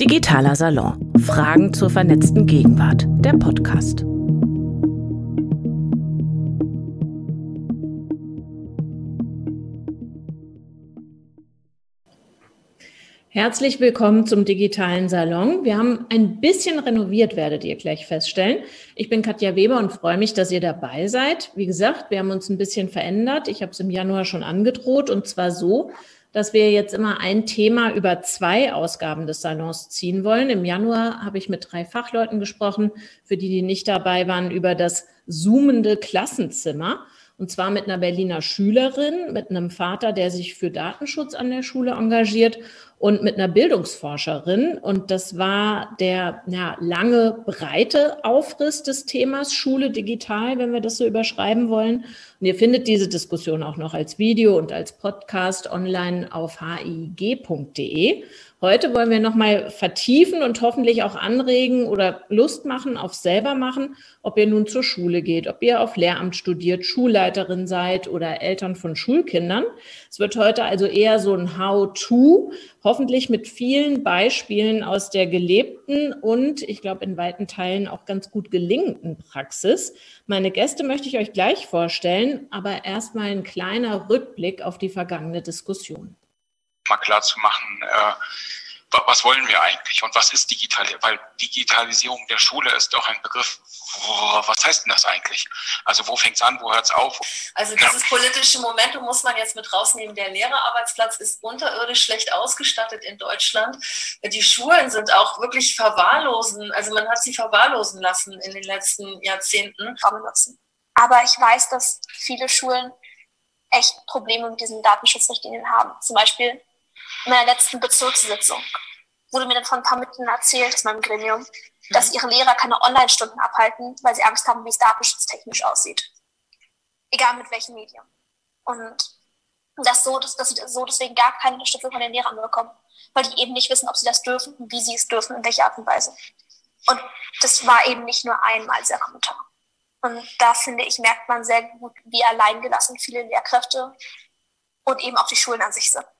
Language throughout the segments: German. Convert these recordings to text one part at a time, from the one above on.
Digitaler Salon. Fragen zur vernetzten Gegenwart. Der Podcast. Herzlich willkommen zum Digitalen Salon. Wir haben ein bisschen renoviert, werdet ihr gleich feststellen. Ich bin Katja Weber und freue mich, dass ihr dabei seid. Wie gesagt, wir haben uns ein bisschen verändert. Ich habe es im Januar schon angedroht, und zwar so, dass wir jetzt immer ein Thema über 2 Ausgaben des Salons ziehen wollen. Im Januar habe ich mit 3 Fachleuten gesprochen, für die nicht dabei waren, über das zoomende Klassenzimmer. Und zwar mit einer Berliner Schülerin, mit einem Vater, der sich für Datenschutz an der Schule engagiert, und mit einer Bildungsforscherin. Und das war der lange, breite Aufriss des Themas Schule digital, wenn wir das so überschreiben wollen. Und ihr findet diese Diskussion auch noch als Video und als Podcast online auf hig.de. Heute wollen wir nochmal vertiefen und hoffentlich auch anregen oder Lust machen auf selber machen, ob ihr nun zur Schule geht, ob ihr auf Lehramt studiert, Schulleiterin seid oder Eltern von Schulkindern. Es wird heute also eher so ein How-to, hoffentlich mit vielen Beispielen aus der gelebten und ich glaube in weiten Teilen auch ganz gut gelingenden Praxis. Meine Gäste möchte ich euch gleich vorstellen, aber erstmal ein kleiner Rückblick auf die vergangene Diskussion. Mal klar zu machen, was wollen wir eigentlich und was ist digital? Weil Digitalisierung der Schule ist doch ein Begriff, was heißt denn das eigentlich? Also wo fängt es an, wo hört es auf? Also dieses politische Momentum muss man jetzt mit rausnehmen. Der Lehrerarbeitsplatz ist unterirdisch schlecht ausgestattet in Deutschland. Die Schulen sind auch wirklich man hat sie verwahrlosen lassen in den letzten Jahrzehnten. Aber ich weiß, dass viele Schulen echt Probleme mit diesen Datenschutzrichtlinien haben. Zum Beispiel in meiner letzten Bezirkssitzung wurde mir dann von ein paar Mitgliedern erzählt, aus meinem Gremium, dass ihre Lehrer keine Online-Stunden abhalten, weil sie Angst haben, wie es datenschutztechnisch aussieht. Egal mit welchem Medium. Und dass sie deswegen gar keine Unterstützung von den Lehrern bekommen, weil die eben nicht wissen, ob sie das dürfen, wie sie es dürfen, in welcher Art und Weise. Und das war eben nicht nur einmal dieser Kommentar. Und da, finde ich, merkt man sehr gut, wie alleingelassen viele Lehrkräfte und eben auch die Schulen an sich sind.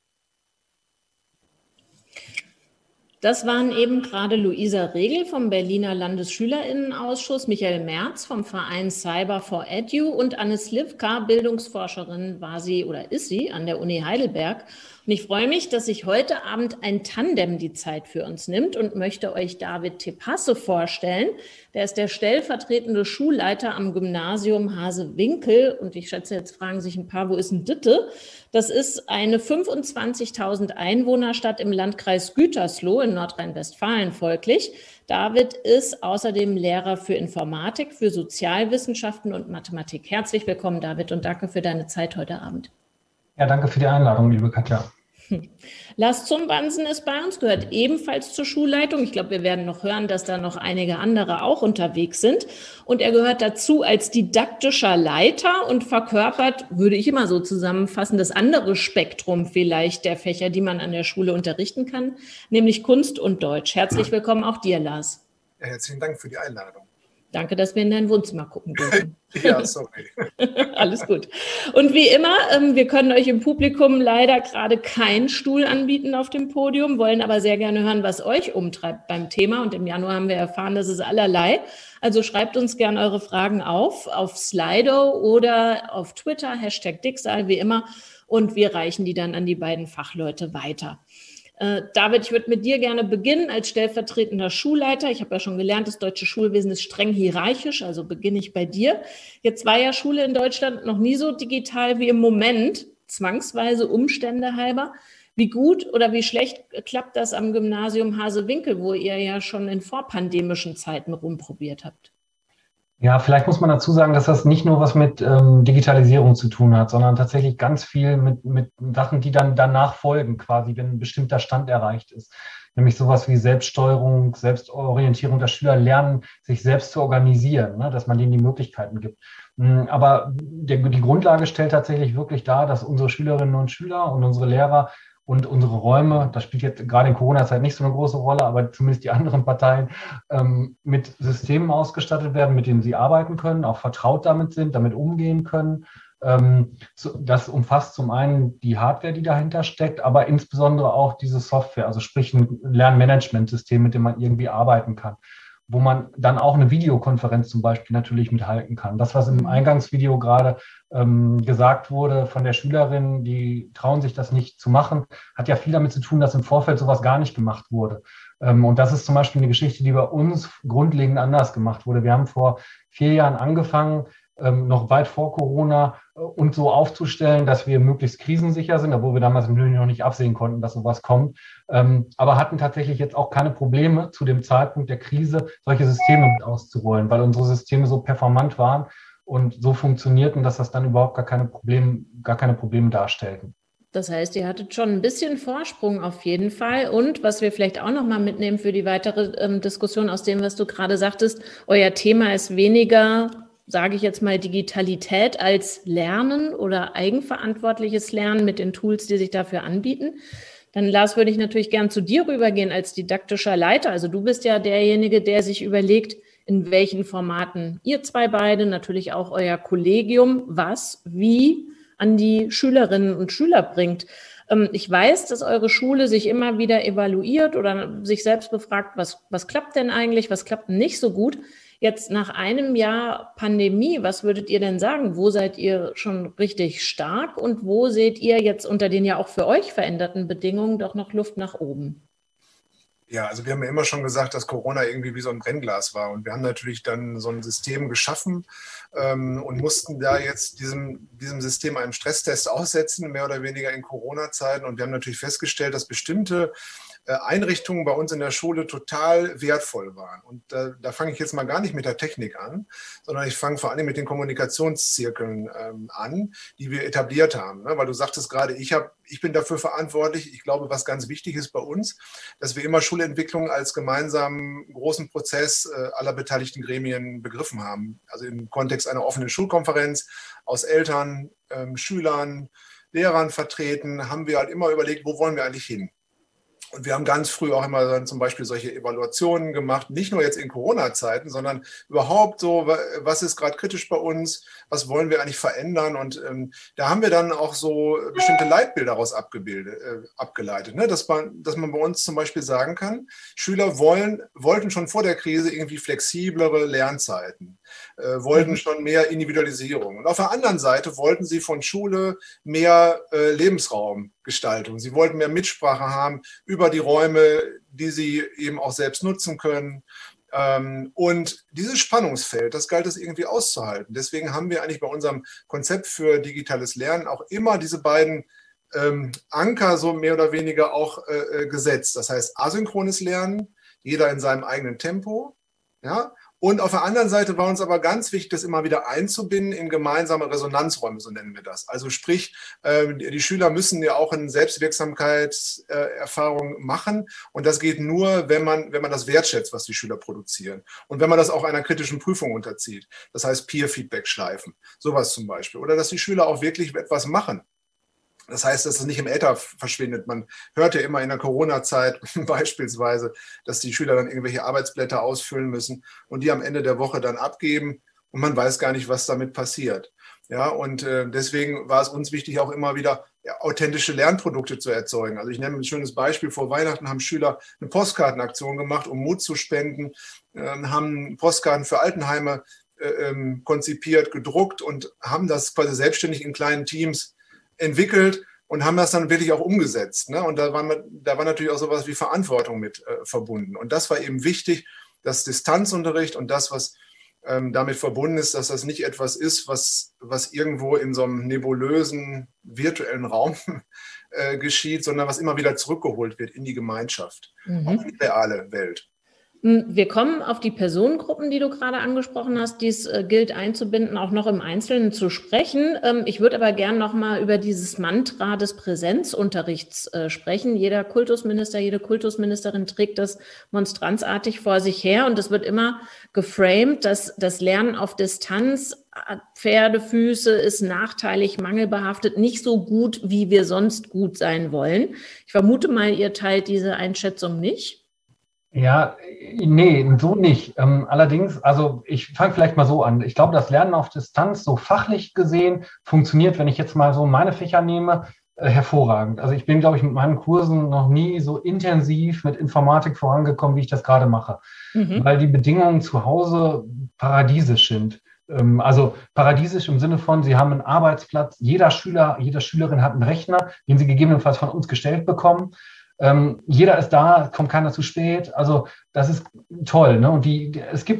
Das waren eben gerade Luisa Regel vom Berliner Landesschülerinnenausschuss, Michael Merz vom Verein Cyber for Edu und Anne Slivka, Bildungsforscherin ist sie an der Uni Heidelberg. Und ich freue mich, dass sich heute Abend ein Tandem die Zeit für uns nimmt und möchte euch David Tepasse vorstellen. Der ist der stellvertretende Schulleiter am Gymnasium Hasewinkel. Und ich schätze, jetzt fragen sich ein paar, wo ist denn Ditte? Das ist eine 25.000 Einwohnerstadt im Landkreis Gütersloh in Nordrhein-Westfalen folglich. David ist außerdem Lehrer für Informatik, für Sozialwissenschaften und Mathematik. Herzlich willkommen, David, und danke für deine Zeit heute Abend. Ja, danke für die Einladung, liebe Katja. Lars Zumwansen ist bei uns, gehört ebenfalls zur Schulleitung. Ich glaube, wir werden noch hören, dass da noch einige andere auch unterwegs sind. Und er gehört dazu als didaktischer Leiter und verkörpert, würde ich immer so zusammenfassen, das andere Spektrum vielleicht der Fächer, die man an der Schule unterrichten kann, nämlich Kunst und Deutsch. Herzlich willkommen auch dir, Lars. Ja, herzlichen Dank für die Einladung. Danke, dass wir in dein Wohnzimmer gucken dürfen. Ja, sorry. Alles gut. Und wie immer, wir können euch im Publikum leider gerade keinen Stuhl anbieten auf dem Podium, wollen aber sehr gerne hören, was euch umtreibt beim Thema. Und im Januar haben wir erfahren, das ist allerlei. Also schreibt uns gerne eure Fragen auf Slido oder auf Twitter, #Digsal, wie immer. Und wir reichen die dann an die beiden Fachleute weiter. David, ich würde mit dir gerne beginnen als stellvertretender Schulleiter. Ich habe ja schon gelernt, das deutsche Schulwesen ist streng hierarchisch, also beginne ich bei dir. Jetzt war ja Schule in Deutschland noch nie so digital wie im Moment, zwangsweise Umstände halber. Wie gut oder wie schlecht klappt das am Gymnasium Hasewinkel, wo ihr ja schon in vorpandemischen Zeiten rumprobiert habt? Ja, vielleicht muss man dazu sagen, dass das nicht nur was mit Digitalisierung zu tun hat, sondern tatsächlich ganz viel mit Sachen, die dann danach folgen, quasi, wenn ein bestimmter Stand erreicht ist. Nämlich sowas wie Selbststeuerung, Selbstorientierung, dass Schüler lernen, sich selbst zu organisieren, ne, dass man denen die Möglichkeiten gibt. Aber die Grundlage stellt tatsächlich wirklich dar, dass unsere Schülerinnen und Schüler und unsere Lehrer und unsere Räume, das spielt jetzt gerade in Corona-Zeit nicht so eine große Rolle, aber zumindest die anderen Parteien mit Systemen ausgestattet werden, mit denen sie arbeiten können, auch vertraut damit sind, damit umgehen können, Das umfasst zum einen die Hardware, die dahinter steckt, aber insbesondere auch diese Software, also sprich ein Lernmanagementsystem, mit dem man irgendwie arbeiten kann, wo man dann auch eine Videokonferenz zum Beispiel natürlich mithalten kann. Das, was im Eingangsvideo gerade gesagt wurde von der Schülerin, die trauen sich das nicht zu machen, hat ja viel damit zu tun, dass im Vorfeld sowas gar nicht gemacht wurde. Und das ist zum Beispiel eine Geschichte, die bei uns grundlegend anders gemacht wurde. Wir haben vor 4 Jahren angefangen, noch weit vor Corona, uns so aufzustellen, dass wir möglichst krisensicher sind, obwohl wir damals natürlich noch nicht absehen konnten, dass sowas kommt, aber hatten tatsächlich jetzt auch keine Probleme zu dem Zeitpunkt der Krise, solche Systeme mit auszurollen, weil unsere Systeme so performant waren und so funktionierten, dass das dann überhaupt gar keine Probleme darstellten. Das heißt, ihr hattet schon ein bisschen Vorsprung auf jeden Fall. Und was wir vielleicht auch nochmal mitnehmen für die weitere Diskussion aus dem, was du gerade sagtest, euer Thema ist weniger, sage ich jetzt mal, Digitalität als Lernen oder eigenverantwortliches Lernen mit den Tools, die sich dafür anbieten. Dann, Lars, würde ich natürlich gern zu dir rübergehen als didaktischer Leiter. Also du bist ja derjenige, der sich überlegt, in welchen Formaten ihr zwei beide, natürlich auch euer Kollegium, was, wie an die Schülerinnen und Schüler bringt. Ich weiß, dass eure Schule sich immer wieder evaluiert oder sich selbst befragt, was klappt denn eigentlich, was klappt nicht so gut. Jetzt nach einem Jahr Pandemie, was würdet ihr denn sagen? Wo seid ihr schon richtig stark und wo seht ihr jetzt unter den ja auch für euch veränderten Bedingungen doch noch Luft nach oben? Ja, also wir haben ja immer schon gesagt, dass Corona irgendwie wie so ein Brennglas war. Und wir haben natürlich dann so ein System geschaffen und mussten da jetzt diesem System einen Stresstest aussetzen, mehr oder weniger in Corona-Zeiten. Und wir haben natürlich festgestellt, dass bestimmte Einrichtungen bei uns in der Schule total wertvoll waren. Und da fange ich jetzt mal gar nicht mit der Technik an, sondern ich fange vor allem mit den Kommunikationszirkeln an, die wir etabliert haben. Ne? Weil du sagtest gerade, ich bin dafür verantwortlich. Ich glaube, was ganz wichtig ist bei uns, dass wir immer Schulentwicklung als gemeinsamen großen Prozess aller beteiligten Gremien begriffen haben. Also im Kontext einer offenen Schulkonferenz aus Eltern, Schülern, Lehrern vertreten, haben wir halt immer überlegt, wo wollen wir eigentlich hin? Und wir haben ganz früh auch immer dann zum Beispiel solche Evaluationen gemacht, nicht nur jetzt in Corona-Zeiten, sondern überhaupt so, was ist gerade kritisch bei uns, was wollen wir eigentlich verändern? Und da haben wir dann auch so bestimmte Leitbilder daraus abgeleitet, ne? Dass man bei uns zum Beispiel sagen kann, Schüler wollten schon vor der Krise irgendwie flexiblere Lernzeiten, wollten schon mehr Individualisierung. Und auf der anderen Seite wollten sie von Schule mehr Lebensraumgestaltung. Sie wollten mehr Mitsprache haben über die Räume, die sie eben auch selbst nutzen können. Und dieses Spannungsfeld, das galt es irgendwie auszuhalten. Deswegen haben wir eigentlich bei unserem Konzept für digitales Lernen auch immer diese beiden Anker so mehr oder weniger auch gesetzt. Das heißt asynchrones Lernen, jeder in seinem eigenen Tempo, ja. Und auf der anderen Seite war uns aber ganz wichtig, das immer wieder einzubinden in gemeinsame Resonanzräume, so nennen wir das. Also sprich, die Schüler müssen ja auch eine Selbstwirksamkeitserfahrung machen. Und das geht nur, wenn man das wertschätzt, was die Schüler produzieren. Und wenn man das auch einer kritischen Prüfung unterzieht. Das heißt Peer-Feedback-Schleifen, sowas zum Beispiel. Oder dass die Schüler auch wirklich etwas machen. Das heißt, dass es nicht im Äther verschwindet. Man hört ja immer in der Corona-Zeit beispielsweise, dass die Schüler dann irgendwelche Arbeitsblätter ausfüllen müssen und die am Ende der Woche dann abgeben und man weiß gar nicht, was damit passiert. Ja, und deswegen war es uns wichtig, auch immer wieder authentische Lernprodukte zu erzeugen. Also ich nenne ein schönes Beispiel. Vor Weihnachten haben Schüler eine Postkartenaktion gemacht, um Mut zu spenden, haben Postkarten für Altenheime konzipiert, gedruckt und haben das quasi selbstständig in kleinen Teams entwickelt und haben das dann wirklich auch umgesetzt. Ne? Und da war natürlich auch sowas wie Verantwortung mit verbunden. Und das war eben wichtig, dass Distanzunterricht und das, was damit verbunden ist, dass das nicht etwas ist, was irgendwo in so einem nebulösen virtuellen Raum geschieht, sondern was immer wieder zurückgeholt wird in die Gemeinschaft, auch in die reale Welt. Wir kommen auf die Personengruppen, die du gerade angesprochen hast, die es gilt einzubinden, auch noch im Einzelnen zu sprechen. Ich würde aber gern noch mal über dieses Mantra des Präsenzunterrichts sprechen. Jeder Kultusminister, jede Kultusministerin trägt das monstranzartig vor sich her und es wird immer geframed, dass das Lernen auf Distanz, Pferdefüße, ist nachteilig, mangelbehaftet, nicht so gut, wie wir sonst gut sein wollen. Ich vermute mal, ihr teilt diese Einschätzung nicht. Ja, nee, so nicht. Allerdings, also ich fange vielleicht mal so an. Ich glaube, das Lernen auf Distanz, so fachlich gesehen, funktioniert, wenn ich jetzt mal so meine Fächer nehme, hervorragend. Also ich bin, glaube ich, mit meinen Kursen noch nie so intensiv mit Informatik vorangekommen, wie ich das gerade mache, weil die Bedingungen zu Hause paradiesisch sind. Also paradiesisch im Sinne von, Sie haben einen Arbeitsplatz, jeder Schüler, jede Schülerin hat einen Rechner, den sie gegebenenfalls von uns gestellt bekommen. Jeder ist da, kommt keiner zu spät. Also das ist toll. Ne? Und es gibt,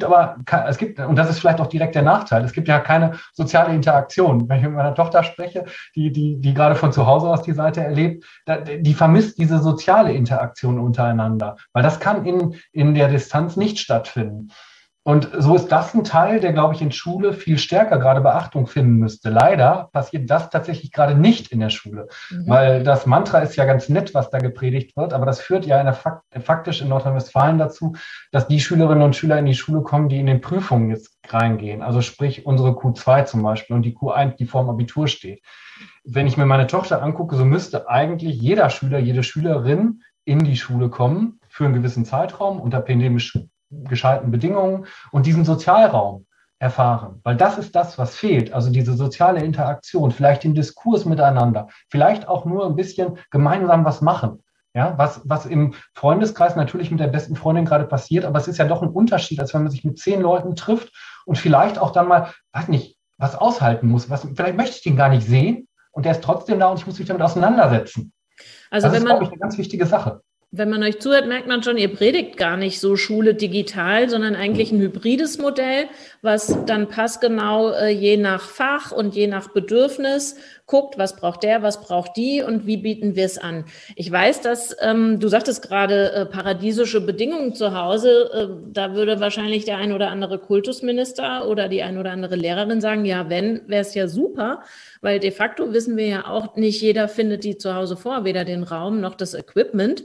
und das ist vielleicht auch direkt der Nachteil, es gibt ja keine soziale Interaktion. Wenn ich mit meiner Tochter spreche, die gerade von zu Hause aus die Seite erlebt, die vermisst diese soziale Interaktion untereinander, weil das kann in der Distanz nicht stattfinden. Und so ist das ein Teil, der, glaube ich, in Schule viel stärker gerade Beachtung finden müsste. Leider passiert das tatsächlich gerade nicht in der Schule, weil das Mantra ist ja ganz nett, was da gepredigt wird, aber das führt ja faktisch in Nordrhein-Westfalen dazu, dass die Schülerinnen und Schüler in die Schule kommen, die in den Prüfungen jetzt reingehen. Also sprich unsere Q2 zum Beispiel und die Q1, die vor dem Abitur steht. Wenn ich mir meine Tochter angucke, so müsste eigentlich jeder Schüler, jede Schülerin in die Schule kommen für einen gewissen Zeitraum unter pandemisch gescheiten Bedingungen und diesen Sozialraum erfahren. Weil das ist das, was fehlt. Also diese soziale Interaktion, vielleicht den Diskurs miteinander, vielleicht auch nur ein bisschen gemeinsam was machen. Ja, was im Freundeskreis natürlich mit der besten Freundin gerade passiert, aber es ist ja doch ein Unterschied, als wenn man sich mit 10 Leuten trifft und vielleicht auch dann mal, weiß nicht, was aushalten muss. Vielleicht möchte ich den gar nicht sehen und der ist trotzdem da und ich muss mich damit auseinandersetzen. Also das ist, glaube ich, eine ganz wichtige Sache. Wenn man euch zuhört, merkt man schon, ihr predigt gar nicht so Schule digital, sondern eigentlich ein hybrides Modell, was dann passgenau je nach Fach und je nach Bedürfnis guckt, was braucht der, was braucht die und wie bieten wir es an. Ich weiß, dass, du sagtest gerade, paradiesische Bedingungen zu Hause, da würde wahrscheinlich der ein oder andere Kultusminister oder die ein oder andere Lehrerin sagen, ja, wenn, wäre es ja super, weil de facto wissen wir ja auch, nicht jeder findet die zu Hause vor, weder den Raum noch das Equipment.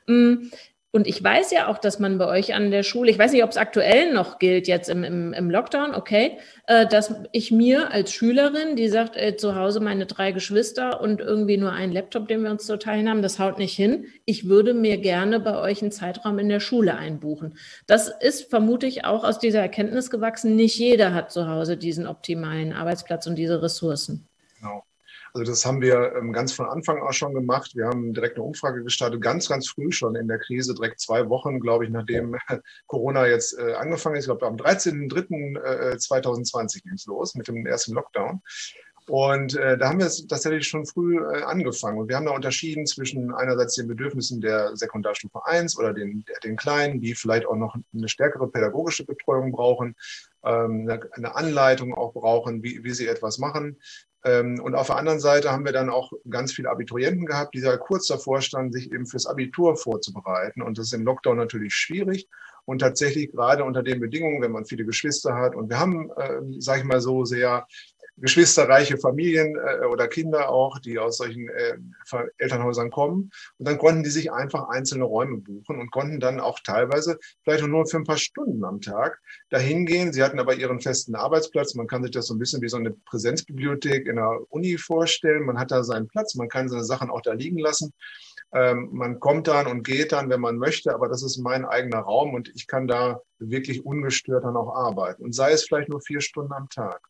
Und ich weiß ja auch, dass man bei euch an der Schule, ich weiß nicht, ob es aktuell noch gilt jetzt im Lockdown, okay, dass ich mir als Schülerin, die sagt, zu Hause meine 3 Geschwister und irgendwie nur einen Laptop, den wir uns zu teilen haben, das haut nicht hin. Ich würde mir gerne bei euch einen Zeitraum in der Schule einbuchen. Das ist vermutlich auch aus dieser Erkenntnis gewachsen. Nicht jeder hat zu Hause diesen optimalen Arbeitsplatz und diese Ressourcen. Genau. Also das haben wir ganz von Anfang an schon gemacht. Wir haben direkt eine Umfrage gestartet, ganz, ganz früh schon in der Krise, direkt 2 Wochen, glaube ich, nachdem Corona jetzt angefangen ist. Ich glaube, am 13.03.2020 ging es los mit dem ersten Lockdown. Und da haben wir es tatsächlich schon früh angefangen. Und wir haben da unterschieden zwischen einerseits den Bedürfnissen der Sekundarstufe 1 oder den Kleinen, die vielleicht auch noch eine stärkere pädagogische Betreuung brauchen, eine Anleitung auch brauchen, wie sie etwas machen. Und auf der anderen Seite haben wir dann auch ganz viele Abiturienten gehabt, die da kurz davor standen, sich eben fürs Abitur vorzubereiten. Und das ist im Lockdown natürlich schwierig. Und tatsächlich gerade unter den Bedingungen, wenn man viele Geschwister hat. Und wir haben, sage ich mal so, sehr geschwisterreiche Familien oder Kinder auch, die aus solchen Elternhäusern kommen. Und dann konnten die sich einfach einzelne Räume buchen und konnten dann auch teilweise vielleicht nur für ein paar Stunden am Tag dahin gehen. Sie hatten aber ihren festen Arbeitsplatz. Man kann sich das so ein bisschen wie so eine Präsenzbibliothek in der Uni vorstellen. Man hat da seinen Platz, man kann seine Sachen auch da liegen lassen. Man kommt dann und geht dann, wenn man möchte, aber das ist mein eigener Raum und ich kann da wirklich ungestört dann auch arbeiten. Und sei es vielleicht nur 4 Stunden am Tag.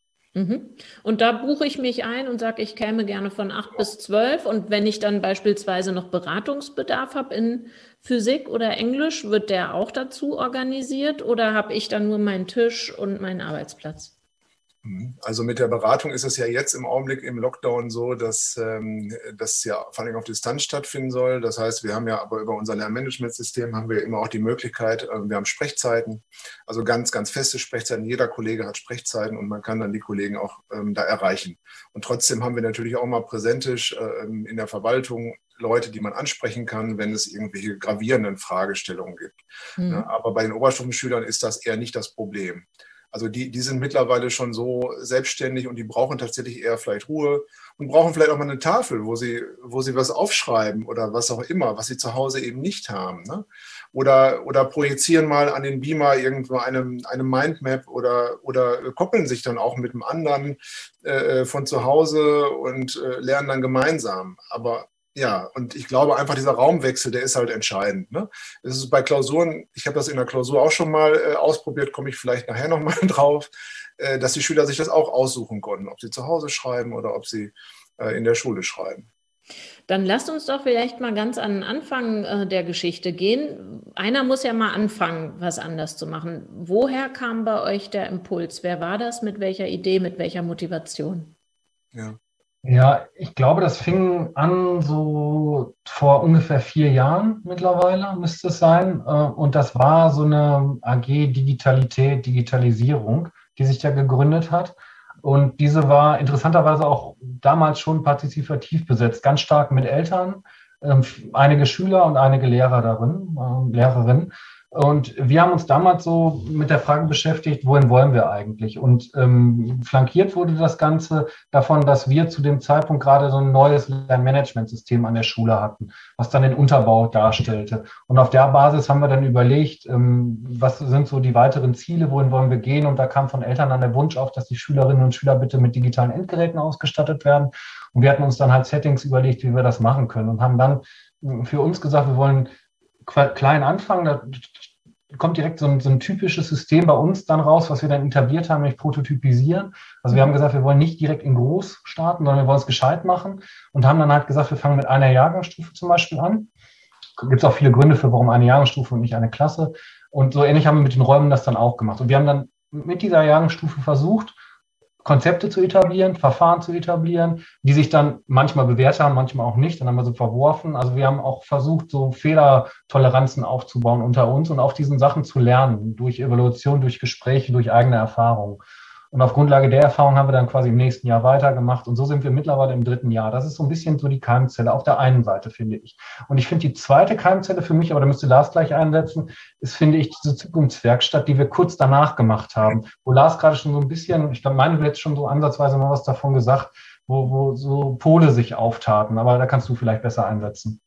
Und da buche ich mich ein und sage, ich käme gerne von 8 bis 12. Und wenn ich dann beispielsweise noch Beratungsbedarf habe in Physik oder Englisch, wird der auch dazu organisiert oder habe ich dann nur meinen Tisch und meinen Arbeitsplatz? Also mit der Beratung ist es ja jetzt im Augenblick im Lockdown so, dass das ja vor allem auf Distanz stattfinden soll. Das heißt, wir haben ja aber über unser Lernmanagementsystem haben wir immer auch die Möglichkeit, wir haben Sprechzeiten, also ganz, ganz feste Sprechzeiten. Jeder Kollege hat Sprechzeiten und man kann dann die Kollegen auch da erreichen. Und trotzdem haben wir natürlich auch mal präsentisch in der Verwaltung Leute, die man ansprechen kann, wenn es irgendwelche gravierenden Fragestellungen gibt. Ja, aber bei den Oberstufenschülern ist das eher nicht das Problem. Also die sind mittlerweile schon so selbstständig und die brauchen tatsächlich eher vielleicht Ruhe und brauchen vielleicht auch mal eine Tafel, wo sie was aufschreiben oder was auch immer, was sie zu Hause eben nicht haben. Ne? Oder projizieren mal an den Beamer irgendwo eine Mindmap oder koppeln sich dann auch mit einem anderen von zu Hause und lernen dann gemeinsam. Aber Ja, und ich glaube einfach, dieser Raumwechsel, der ist halt entscheidend. Ne? Das ist bei Klausuren, ich habe das in der Klausur auch schon mal ausprobiert, komme ich vielleicht nachher nochmal drauf, dass die Schüler sich das auch aussuchen konnten, ob sie zu Hause schreiben oder ob sie in der Schule schreiben. Dann lasst uns doch vielleicht mal ganz an den Anfang der Geschichte gehen. Einer muss ja mal anfangen, was anders zu machen. Woher kam bei euch der Impuls? Wer war das? Mit welcher Idee, mit welcher Motivation? Ja, ich glaube, das fing an so vor ungefähr 4 Jahren mittlerweile, müsste es sein. Und das war so eine AG Digitalität, Digitalisierung, die sich da gegründet hat. Und diese war interessanterweise auch damals schon partizipativ besetzt, ganz stark mit Eltern, einige Schüler und einige Lehrer darin, Lehrerinnen. Und wir haben uns damals so mit der Frage beschäftigt, wohin wollen wir eigentlich? Und flankiert wurde das Ganze davon, dass wir zu dem Zeitpunkt gerade so ein neues Lernmanagementsystem an der Schule hatten, was dann den Unterbau darstellte. Und auf der Basis haben wir dann überlegt, was sind so die weiteren Ziele, wohin wollen wir gehen? Und da kam von Eltern dann der Wunsch auf, dass die Schülerinnen und Schüler bitte mit digitalen Endgeräten ausgestattet werden. Und wir hatten uns dann halt Settings überlegt, wie wir das machen können und haben dann für uns gesagt, wir wollen klein anfangen. Da kommt direkt so ein typisches System bei uns dann raus, was wir dann etabliert haben, nämlich prototypisieren. Also wir haben gesagt, wir wollen nicht direkt in groß starten, sondern wir wollen es gescheit machen und haben dann halt gesagt, wir fangen mit einer Jahrgangsstufe zum Beispiel an. Gibt es auch viele Gründe für, warum eine Jahrgangsstufe und nicht eine Klasse. Und so ähnlich haben wir mit den Räumen das dann auch gemacht. Und wir haben dann mit dieser Jahrgangsstufe versucht, Konzepte zu etablieren, Verfahren zu etablieren, die sich dann manchmal bewährt haben, manchmal auch nicht. Dann haben wir sie verworfen. Also wir haben auch versucht, so Fehlertoleranzen aufzubauen unter uns und auf diesen Sachen zu lernen, durch Evaluation, durch Gespräche, durch eigene Erfahrung. Und auf Grundlage der Erfahrung haben wir dann quasi im nächsten Jahr weitergemacht. Und so sind wir mittlerweile im 3. Jahr. Das ist so ein bisschen so die Keimzelle auf der einen Seite, finde ich. Und ich finde die zweite Keimzelle für mich, aber da müsste Lars gleich einsetzen, ist, finde ich, diese Zukunftswerkstatt, die wir kurz danach gemacht haben. Wo Lars gerade schon so ein bisschen, ich glaube, du jetzt schon so ansatzweise mal was davon gesagt, wo so Pole sich auftaten. Aber da kannst du vielleicht besser einsetzen.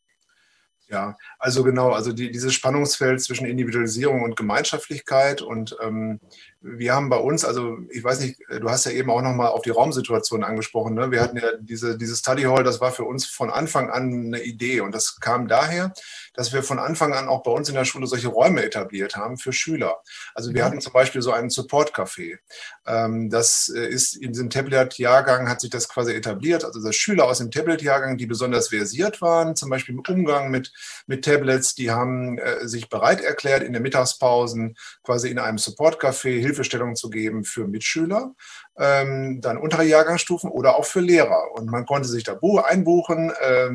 Ja, also genau, also dieses Spannungsfeld zwischen Individualisierung und Gemeinschaftlichkeit und wir haben bei uns, also ich weiß nicht, du hast ja eben auch nochmal auf die Raumsituation angesprochen, ne? Wir hatten ja dieses Study Hall, das war für uns von Anfang an eine Idee und das kam daher, dass wir von Anfang an auch bei uns in der Schule solche Räume etabliert haben für Schüler. Also wir hatten zum Beispiel so einen Support-Café. Das ist in diesem Tablet-Jahrgang hat sich das quasi etabliert, also dass Schüler aus dem Tablet-Jahrgang, die besonders versiert waren, zum Beispiel im Umgang mit Tablets, die haben sich bereit erklärt, in den Mittagspausen quasi in einem Support-Café Hilfestellung zu geben für Mitschüler, dann untere Jahrgangsstufen oder auch für Lehrer. Und man konnte sich da einbuchen.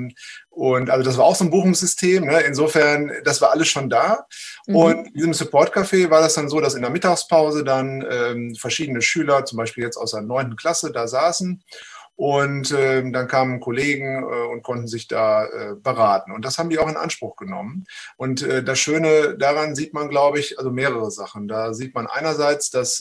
Und also das war auch so ein Buchungssystem. Ne? Insofern, das war alles schon da. Und in diesem Support-Café war das dann so, dass in der Mittagspause dann verschiedene Schüler, zum Beispiel jetzt aus der 9. Klasse, da saßen. Und dann kamen Kollegen und konnten sich da beraten. Und das haben die auch in Anspruch genommen. Und das Schöne daran sieht man, glaube ich, also mehrere Sachen. Da sieht man einerseits, dass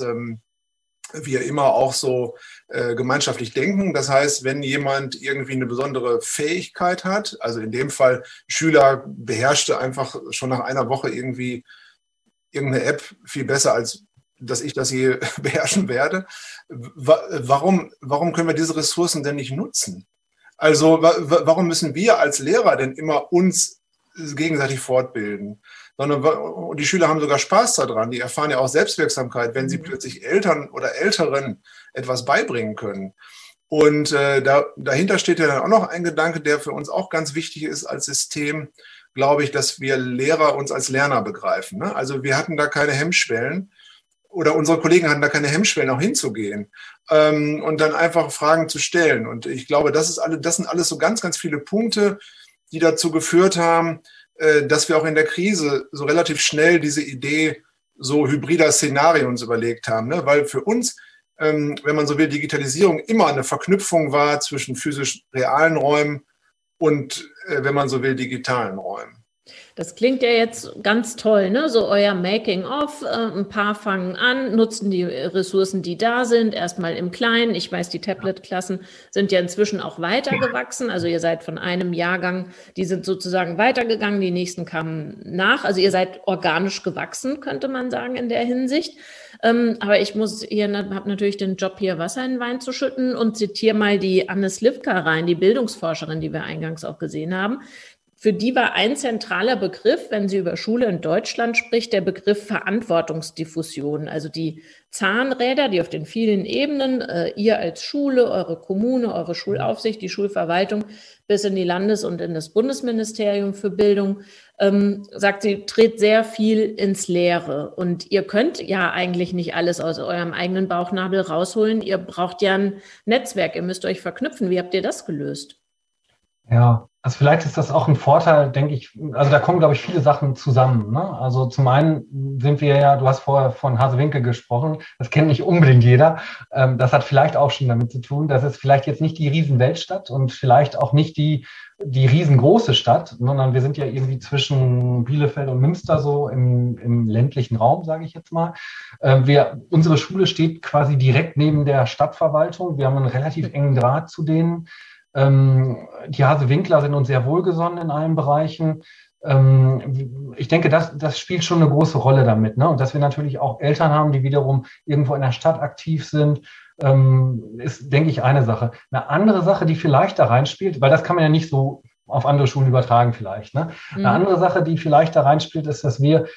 wir immer auch so gemeinschaftlich denken. Das heißt, wenn jemand irgendwie eine besondere Fähigkeit hat, also in dem Fall Schüler beherrschte einfach schon nach einer Woche irgendwie irgendeine App viel besser als dass ich das je beherrschen werde. Warum können wir diese Ressourcen denn nicht nutzen? Also warum müssen wir als Lehrer denn immer uns gegenseitig fortbilden? Und die Schüler haben sogar Spaß daran. Die erfahren ja auch Selbstwirksamkeit, wenn sie plötzlich Eltern oder Älteren etwas beibringen können. Und dahinter steht ja dann auch noch ein Gedanke, der für uns auch ganz wichtig ist als System, glaube ich, dass wir Lehrer uns als Lerner begreifen. Ne? Also wir hatten da keine Hemmschwellen. Oder unsere Kollegen hatten da keine Hemmschwellen, auch hinzugehen und dann einfach Fragen zu stellen. Und ich glaube, das sind alles so ganz, ganz viele Punkte, die dazu geführt haben, dass wir auch in der Krise so relativ schnell diese Idee so hybrider Szenarien uns überlegt haben. Ne? Weil für uns, wenn man so will, Digitalisierung immer eine Verknüpfung war zwischen physisch realen Räumen und, wenn man so will, digitalen Räumen. Das klingt ja jetzt ganz toll, ne? So euer Making-of, ein paar fangen an, nutzen die Ressourcen, die da sind, erstmal im Kleinen. Ich weiß, die Tablet-Klassen sind ja inzwischen auch weitergewachsen. Also ihr seid von einem Jahrgang, die sind sozusagen weitergegangen, die nächsten kamen nach. Also ihr seid organisch gewachsen, könnte man sagen, in der Hinsicht. Aber ich habe natürlich den Job, hier Wasser in den Wein zu schütten und zitiere mal die Anne Slivka rein, die Bildungsforscherin, die wir eingangs auch gesehen haben. Für die war ein zentraler Begriff, wenn sie über Schule in Deutschland spricht, der Begriff Verantwortungsdiffusion. Also die Zahnräder, die auf den vielen Ebenen, ihr als Schule, eure Kommune, eure Schulaufsicht, die Schulverwaltung bis in die Landes- und in das Bundesministerium für Bildung, sagt sie, tritt sehr viel ins Leere. Und ihr könnt ja eigentlich nicht alles aus eurem eigenen Bauchnabel rausholen. Ihr braucht ja ein Netzwerk, ihr müsst euch verknüpfen. Wie habt ihr das gelöst? Ja, also vielleicht ist das auch ein Vorteil, denke ich. Also da kommen, glaube ich, viele Sachen zusammen. Ne? Also zum einen sind wir ja, du hast vorher von Hasewinkel gesprochen, das kennt nicht unbedingt jeder. Das hat vielleicht auch schon damit zu tun, dass es vielleicht jetzt nicht die Riesenweltstadt und vielleicht auch nicht die riesengroße Stadt, sondern wir sind ja irgendwie zwischen Bielefeld und Münster so im ländlichen Raum, sage ich jetzt mal. Unsere Schule steht quasi direkt neben der Stadtverwaltung. Wir haben einen relativ engen Draht zu denen. Die Hasewinkler sind uns sehr wohlgesonnen in allen Bereichen. Ich denke, das spielt schon eine große Rolle damit, ne? Und dass wir natürlich auch Eltern haben, die wiederum irgendwo in der Stadt aktiv sind, ist, denke ich, eine Sache. Eine andere Sache, die vielleicht da reinspielt, weil das kann man ja nicht so auf andere Schulen übertragen vielleicht, ne? Eine andere Sache, die vielleicht da reinspielt, ist, dass wir,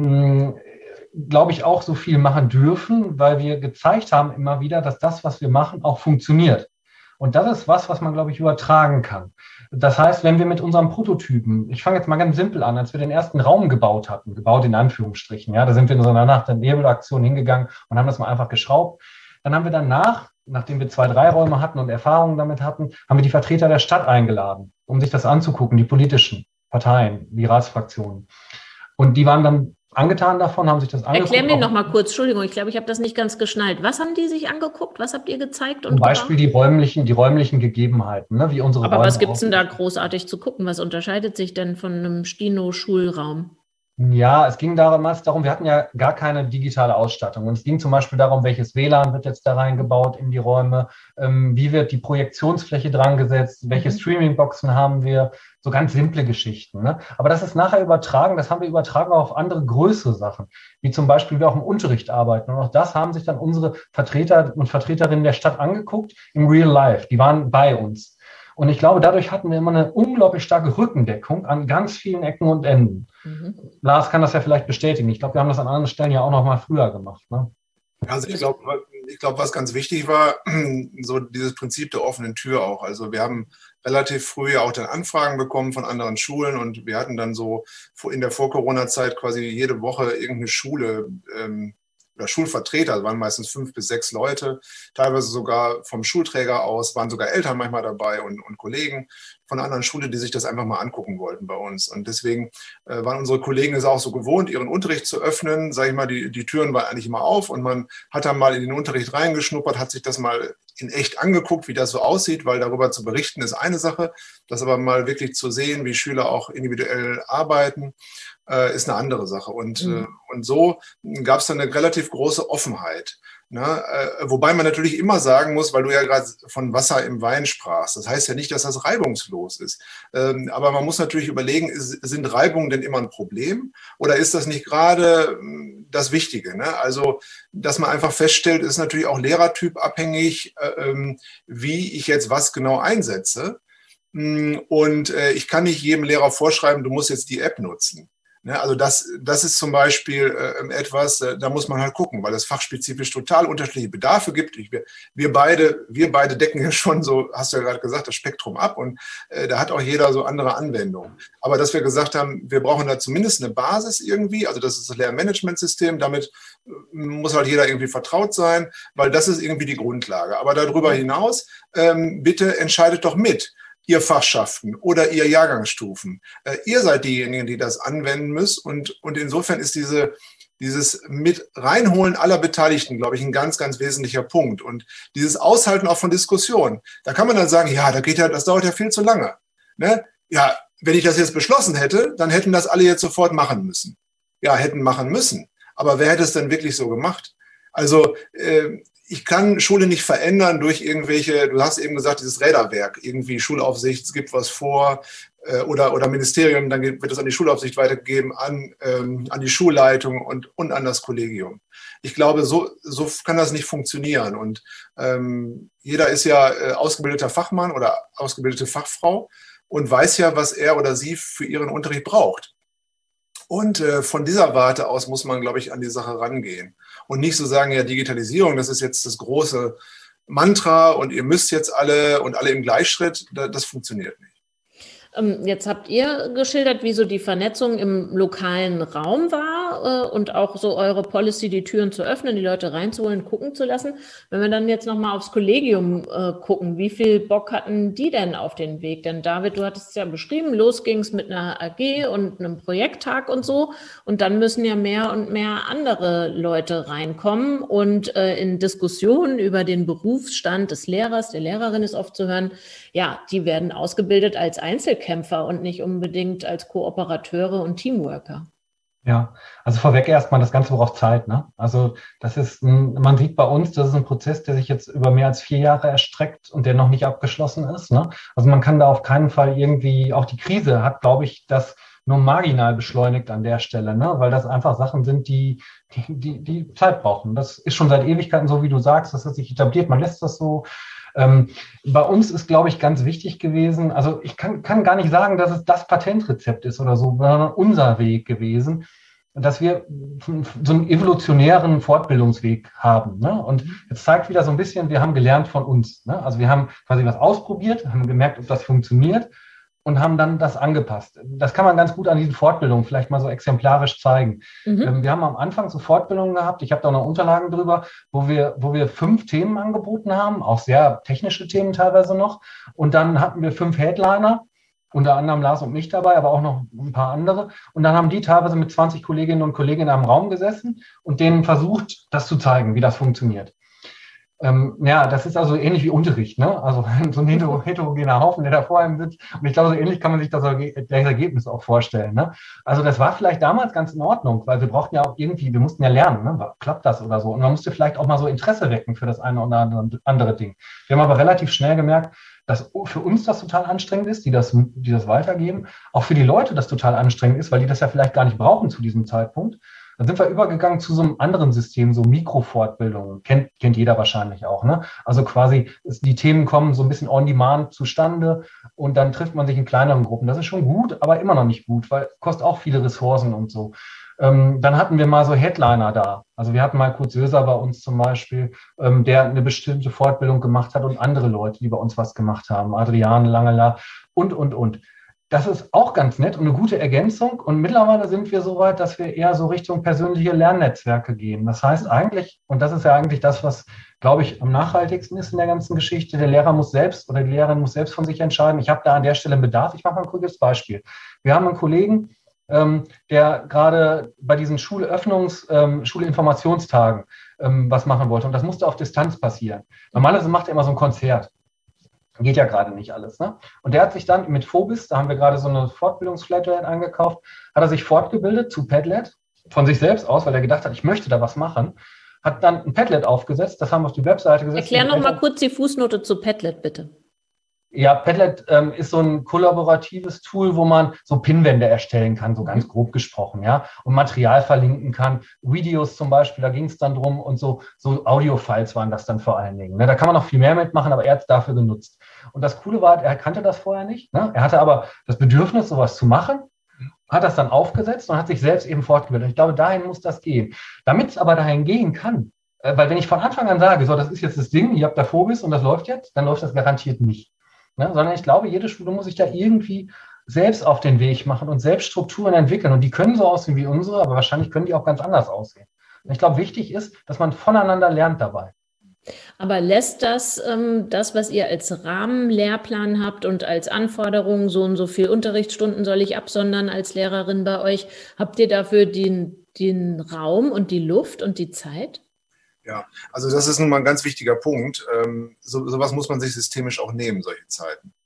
glaube ich, auch so viel machen dürfen, weil wir gezeigt haben immer wieder, dass das, was wir machen, auch funktioniert. Und das ist was man, glaube ich, übertragen kann. Das heißt, wenn wir mit unserem Prototypen, ich fange jetzt mal ganz simpel an, als wir den ersten Raum gebaut in Anführungsstrichen, ja, da sind wir in so einer Nacht- und Nebelaktion hingegangen und haben das mal einfach geschraubt. Dann haben wir danach, nachdem wir 2, 3 Räume hatten und Erfahrungen damit hatten, haben wir die Vertreter der Stadt eingeladen, um sich das anzugucken, die politischen Parteien, die Ratsfraktionen. Und die waren dann angetan davon, haben sich das angeguckt. Erklär mir noch mal kurz, Entschuldigung, ich glaube, ich habe das nicht ganz geschnallt. Was haben die sich angeguckt? Was habt ihr gezeigt? Zum Beispiel die räumlichen Gegebenheiten, ne, wie unsere Aber Räume was gibt es denn da großartig zu gucken? Was unterscheidet sich denn von einem Stino-Schulraum? Ja, es ging damals darum, wir hatten ja gar keine digitale Ausstattung. Und es ging zum Beispiel darum, welches WLAN wird jetzt da reingebaut in die Räume, wie wird die Projektionsfläche dran gesetzt, welche Streamingboxen haben wir, so ganz simple Geschichten. Ne? Aber das ist nachher übertragen, das haben wir übertragen auch auf andere größere Sachen, wie zum Beispiel wir auch im Unterricht arbeiten. Und auch das haben sich dann unsere Vertreter und Vertreterinnen der Stadt angeguckt im Real Life. Die waren bei uns. Und ich glaube, dadurch hatten wir immer eine unglaublich starke Rückendeckung an ganz vielen Ecken und Enden. Lars kann das ja vielleicht bestätigen. Ich glaube, wir haben das an anderen Stellen ja auch noch mal früher gemacht. Ne? Also ich glaube, was ganz wichtig war, so dieses Prinzip der offenen Tür auch. Also wir haben relativ früh auch dann Anfragen bekommen von anderen Schulen und wir hatten dann so in der Vor-Corona-Zeit quasi jede Woche irgendeine Schule oder Schulvertreter, das waren meistens 5 bis 6 Leute, teilweise sogar vom Schulträger aus, waren sogar Eltern manchmal dabei und Kollegen von einer anderen Schule, die sich das einfach mal angucken wollten bei uns. Und deswegen waren unsere Kollegen es auch so gewohnt, ihren Unterricht zu öffnen. Sag ich mal, die Türen waren eigentlich immer auf und man hat dann mal in den Unterricht reingeschnuppert, hat sich das mal in echt angeguckt, wie das so aussieht, weil darüber zu berichten ist eine Sache, das aber mal wirklich zu sehen, wie Schüler auch individuell arbeiten, ist eine andere Sache. Und so gab es dann eine relativ große Offenheit. Ne? Wobei man natürlich immer sagen muss, weil du ja gerade von Wasser im Wein sprachst, das heißt ja nicht, dass das reibungslos ist. Aber man muss natürlich überlegen, sind Reibungen denn immer ein Problem oder ist das nicht gerade das Wichtige? Ne? Also, dass man einfach feststellt, ist natürlich auch lehrertypabhängig, wie ich jetzt was genau einsetze. Und ich kann nicht jedem Lehrer vorschreiben, du musst jetzt die App nutzen. Also das ist zum Beispiel etwas, da muss man halt gucken, weil es fachspezifisch total unterschiedliche Bedarfe gibt. Wir beide decken ja schon so, hast du ja gerade gesagt, das Spektrum ab und da hat auch jeder so andere Anwendungen. Aber dass wir gesagt haben, wir brauchen da zumindest eine Basis irgendwie, also das ist das Lehrmanagementsystem, damit muss halt jeder irgendwie vertraut sein, weil das ist irgendwie die Grundlage. Aber darüber hinaus, bitte entscheidet doch mit. Ihr Fachschaften oder ihr Jahrgangsstufen. Ihr seid diejenigen, die das anwenden müssen. Und insofern ist dieses mit reinholen aller Beteiligten, glaube ich, ein ganz, ganz wesentlicher Punkt. Und dieses Aushalten auch von Diskussionen. Da kann man dann sagen, ja, das dauert ja viel zu lange. Ne? Ja, wenn ich das jetzt beschlossen hätte, dann hätten das alle jetzt sofort machen müssen. Ja, hätten machen müssen. Aber wer hätte es denn wirklich so gemacht? Also, ich kann Schule nicht verändern durch irgendwelche, du hast eben gesagt, dieses Räderwerk, irgendwie Schulaufsicht, es gibt was vor, oder Ministerium, dann wird es an die Schulaufsicht weitergegeben, an die Schulleitung und an das Kollegium. Ich glaube, so kann das nicht funktionieren. Und jeder ist ja ausgebildeter Fachmann oder ausgebildete Fachfrau und weiß ja, was er oder sie für ihren Unterricht braucht. Und von dieser Warte aus muss man, glaube ich, an die Sache rangehen. Und nicht so sagen, ja, Digitalisierung, das ist jetzt das große Mantra und ihr müsst jetzt alle und alle im Gleichschritt. Das funktioniert nicht. Jetzt habt ihr geschildert, wie so die Vernetzung im lokalen Raum war und auch so eure Policy, die Türen zu öffnen, die Leute reinzuholen, gucken zu lassen. Wenn wir dann jetzt nochmal aufs Kollegium gucken, wie viel Bock hatten die denn auf den Weg? Denn David, du hattest es ja beschrieben, los ging es mit einer AG und einem Projekttag und so. Und dann müssen ja mehr und mehr andere Leute reinkommen und in Diskussionen über den Berufsstand des Lehrers, der Lehrerin ist oft zu hören, ja, die werden ausgebildet als Einzelkämpfer und nicht unbedingt als Kooperateure und Teamworker. Ja, also vorweg erstmal, das Ganze braucht Zeit, ne? Also das ist, man sieht bei uns, das ist ein Prozess, der sich jetzt über mehr als 4 Jahre erstreckt und der noch nicht abgeschlossen ist, ne? Also man kann da auf keinen Fall irgendwie, auch die Krise hat, glaube ich, das nur marginal beschleunigt an der Stelle, ne? Weil das einfach Sachen sind, die Zeit brauchen. Das ist schon seit Ewigkeiten so, wie du sagst, das hat sich etabliert, man lässt das so. Bei uns ist, glaube ich, ganz wichtig gewesen, also ich kann gar nicht sagen, dass es das Patentrezept ist oder so, sondern unser Weg gewesen, dass wir so einen evolutionären Fortbildungsweg haben. Ne? Und jetzt zeigt wieder so ein bisschen, wir haben gelernt von uns. Ne? Also wir haben quasi was ausprobiert, haben gemerkt, ob das funktioniert und haben dann das angepasst. Das kann man ganz gut an diesen Fortbildungen vielleicht mal so exemplarisch zeigen. Wir haben am Anfang so Fortbildungen gehabt, ich habe da noch Unterlagen drüber, wo wir 5 Themen angeboten haben, auch sehr technische Themen teilweise noch. Und dann hatten wir 5 Headliner, unter anderem Lars und mich dabei, aber auch noch ein paar andere. Und dann haben die teilweise mit 20 Kolleginnen und Kollegen in einem Raum gesessen und denen versucht, das zu zeigen, wie das funktioniert. Ja, das ist also ähnlich wie Unterricht, ne? Also so ein heterogener Haufen, der da vor einem sitzt. Und ich glaube, so ähnlich kann man sich das Ergebnis auch vorstellen, ne? Also das war vielleicht damals ganz in Ordnung, weil wir brauchten ja auch irgendwie, wir mussten ja lernen, ne? Klappt das oder so? Und man musste vielleicht auch mal so Interesse wecken für das eine oder andere Ding. Wir haben aber relativ schnell gemerkt, dass für uns das total anstrengend ist, die das weitergeben. Auch für die Leute das total anstrengend ist, weil die das ja vielleicht gar nicht brauchen zu diesem Zeitpunkt. Dann sind wir übergegangen zu so einem anderen System, so Mikrofortbildungen. Kennt jeder wahrscheinlich auch, ne? Also quasi, die Themen kommen so ein bisschen on demand zustande und dann trifft man sich in kleineren Gruppen. Das ist schon gut, aber immer noch nicht gut, weil kostet auch viele Ressourcen und so. Dann hatten wir mal so Headliner da. Also wir hatten mal Kurt Söser bei uns zum Beispiel, der eine bestimmte Fortbildung gemacht hat und andere Leute, die bei uns was gemacht haben. Adrian Langela und. Das ist auch ganz nett und eine gute Ergänzung. Und mittlerweile sind wir so weit, dass wir eher so Richtung persönliche Lernnetzwerke gehen. Das heißt eigentlich, und das ist ja eigentlich das, was, glaube ich, am nachhaltigsten ist in der ganzen Geschichte, der Lehrer muss selbst oder die Lehrerin muss selbst von sich entscheiden. Ich habe da an der Stelle einen Bedarf. Ich mache mal ein kurzes Beispiel. Wir haben einen Kollegen, der gerade bei diesen Schulinformationstagen was machen wollte. Und das musste auf Distanz passieren. Normalerweise macht er immer so ein Konzert. Geht ja gerade nicht alles, ne? Und der hat sich dann mit Phobis, da haben wir gerade so eine Fortbildungsflatrate eingekauft, hat er sich fortgebildet zu Padlet von sich selbst aus, weil er gedacht hat, ich möchte da was machen, hat dann ein Padlet aufgesetzt, das haben wir auf die Webseite gesetzt. Erklär noch mal kurz die Fußnote zu Padlet, bitte. Ja, Padlet ist so ein kollaboratives Tool, wo man so Pinwände erstellen kann, so ganz grob gesprochen, ja, und Material verlinken kann. Videos zum Beispiel, da ging es dann drum und so Audio-Files waren das dann vor allen Dingen. Ne? Da kann man noch viel mehr mitmachen, aber er hat es dafür genutzt. Und das Coole war, er kannte das vorher nicht. Ne? Er hatte aber das Bedürfnis, sowas zu machen, hat das dann aufgesetzt und hat sich selbst eben fortgebildet. Und ich glaube, dahin muss das gehen. Damit es aber dahin gehen kann, weil wenn ich von Anfang an sage, so, das ist jetzt das Ding, ihr habt da Phobis und das läuft jetzt, dann läuft das garantiert nicht. Ne, sondern ich glaube, jede Schule muss sich da irgendwie selbst auf den Weg machen und selbst Strukturen entwickeln. Und die können so aussehen wie unsere, aber wahrscheinlich können die auch ganz anders aussehen. Und ich glaube, wichtig ist, dass man voneinander lernt dabei. Aber lässt das, was ihr als Rahmenlehrplan habt und als Anforderung, so und so viel Unterrichtsstunden soll ich absondern als Lehrerin bei euch, habt ihr dafür den Raum und die Luft und die Zeit? Ja, also das ist nun mal ein ganz wichtiger Punkt. Sowas muss man sich systemisch auch nehmen, solche Zeiten.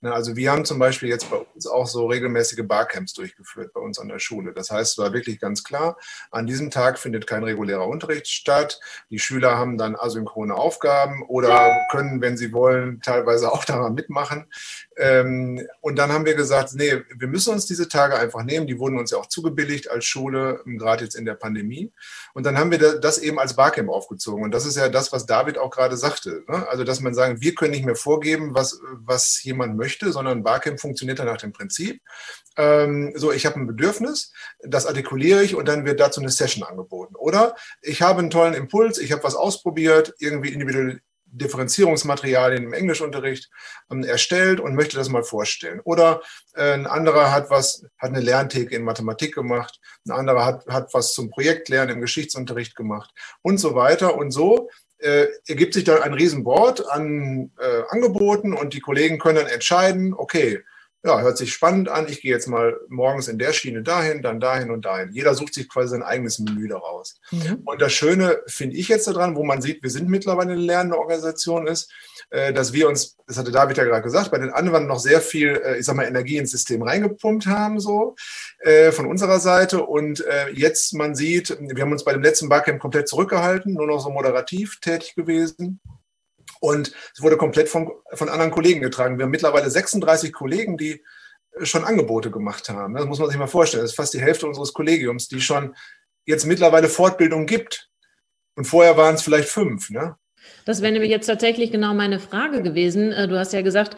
Also wir haben zum Beispiel jetzt bei uns auch so regelmäßige Barcamps durchgeführt bei uns an der Schule. Das heißt, es war wirklich ganz klar, an diesem Tag findet kein regulärer Unterricht statt. Die Schüler haben dann asynchrone Aufgaben oder können, wenn sie wollen, teilweise auch daran mitmachen. Und dann haben wir gesagt, nee, wir müssen uns diese Tage einfach nehmen. Die wurden uns ja auch zugebilligt als Schule, gerade jetzt in der Pandemie. Und dann haben wir das eben als Barcamp aufgezogen. Und das ist ja das, was David auch gerade sagte. Also, dass man sagen, wir können nicht mehr vorgeben, was jemand möchte, sondern Barcamp funktioniert dann nach dem Prinzip. Ich habe ein Bedürfnis, das artikuliere ich und dann wird dazu eine Session angeboten. Oder ich habe einen tollen Impuls, ich habe was ausprobiert, irgendwie individuelle Differenzierungsmaterialien im Englischunterricht erstellt und möchte das mal vorstellen. Oder ein anderer hat eine Lerntheke in Mathematik gemacht, ein anderer hat was zum Projektlernen im Geschichtsunterricht gemacht und so weiter. Und so ergibt sich dann ein Riesenboard an Angeboten und die Kollegen können dann entscheiden, okay, ja, hört sich spannend an, ich gehe jetzt mal morgens in der Schiene dahin, dann dahin und dahin. Jeder sucht sich quasi sein eigenes Menü daraus. Mhm. Und das Schöne finde ich jetzt daran, wo man sieht, wir sind mittlerweile eine lernende Organisation ist, dass wir uns, das hatte David ja gerade gesagt, bei den anderen noch sehr viel, Energie ins System reingepumpt haben, so von unserer Seite. Und jetzt man sieht, wir haben uns bei dem letzten Barcamp komplett zurückgehalten, nur noch so moderativ tätig gewesen. Und es wurde komplett von anderen Kollegen getragen. Wir haben mittlerweile 36 Kollegen, die schon Angebote gemacht haben. Das muss man sich mal vorstellen. Das ist fast die Hälfte unseres Kollegiums, die schon jetzt mittlerweile Fortbildung gibt. Und vorher waren es vielleicht 5, ne? Das wäre nämlich jetzt tatsächlich genau meine Frage gewesen. Du hast ja gesagt,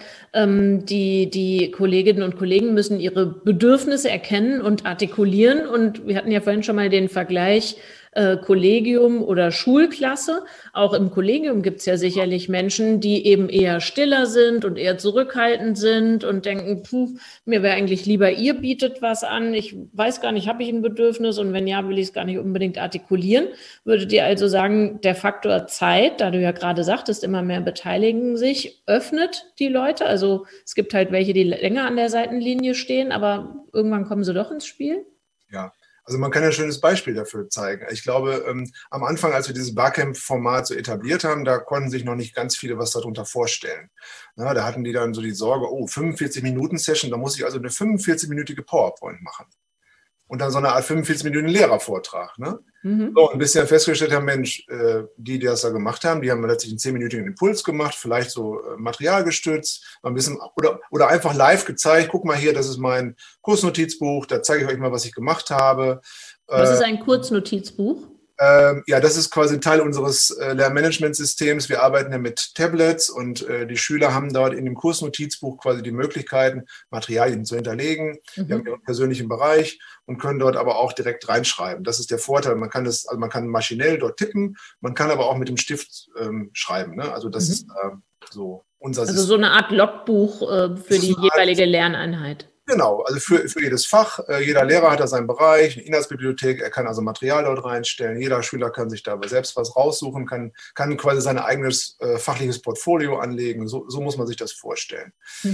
die Kolleginnen und Kollegen müssen ihre Bedürfnisse erkennen und artikulieren. Und wir hatten ja vorhin schon mal den Vergleich Kollegium oder Schulklasse. Auch im Kollegium gibt es ja sicherlich Menschen, die eben eher stiller sind und eher zurückhaltend sind und denken, mir wäre eigentlich lieber, ihr bietet was an. Ich weiß gar nicht, habe ich ein Bedürfnis? Und wenn ja, will ich es gar nicht unbedingt artikulieren. Würdet ihr also sagen, der Faktor Zeit, da du ja gerade sagtest, immer mehr beteiligen sich, öffnet die Leute? Also es gibt halt welche, die länger an der Seitenlinie stehen, aber irgendwann kommen sie doch ins Spiel? Ja. Also man kann ein schönes Beispiel dafür zeigen. Ich glaube, am Anfang, als wir dieses Barcamp-Format so etabliert haben, da konnten sich noch nicht ganz viele was darunter vorstellen. Na, da hatten die dann so die Sorge, 45-Minuten-Session, da muss ich also eine 45-minütige PowerPoint machen. Und dann so eine Art 45-Minuten Lehrervortrag. Ne? Mhm. So, und bis sie dann festgestellt haben, Mensch, die das da gemacht haben, die haben letztlich einen 10-minütigen Impuls gemacht, vielleicht so materialgestützt, ein bisschen, oder einfach live gezeigt, guck mal hier, das ist mein Kursnotizbuch, da zeige ich euch mal, was ich gemacht habe. Was ist ein Kurznotizbuch? Ja, das ist quasi ein Teil unseres Lernmanagementsystems. Wir arbeiten ja mit Tablets und die Schüler haben dort in dem Kursnotizbuch quasi die Möglichkeiten, Materialien zu hinterlegen. Mhm. Die haben ihren persönlichen Bereich und können dort aber auch direkt reinschreiben. Das ist der Vorteil. Man kann maschinell dort tippen, man kann aber auch mit dem Stift schreiben. Ne? Also das ist so unser System. Also so eine Art Logbuch für die jeweilige Lerneinheit. Genau, also für jedes Fach. Jeder Lehrer hat da seinen Bereich, eine Inhaltsbibliothek. Er kann also Material dort reinstellen. Jeder Schüler kann sich da aber selbst was raussuchen, kann quasi sein eigenes fachliches Portfolio anlegen. So muss man sich das vorstellen.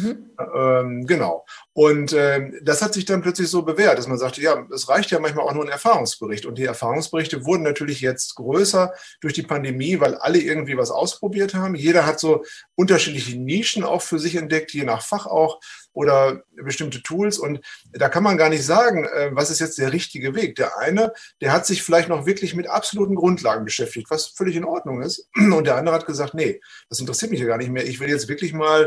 Mhm. Genau. Und das hat sich dann plötzlich so bewährt, dass man sagte, ja, es reicht ja manchmal auch nur ein Erfahrungsbericht. Und die Erfahrungsberichte wurden natürlich jetzt größer durch die Pandemie, weil alle irgendwie was ausprobiert haben. Jeder hat so unterschiedliche Nischen auch für sich entdeckt, je nach Fach auch, oder bestimmte Tools. Und da kann man gar nicht sagen, was ist jetzt der richtige Weg. Der eine, der hat sich vielleicht noch wirklich mit absoluten Grundlagen beschäftigt, was völlig in Ordnung ist. Und der andere hat gesagt, nee, das interessiert mich ja gar nicht mehr. Ich will jetzt wirklich mal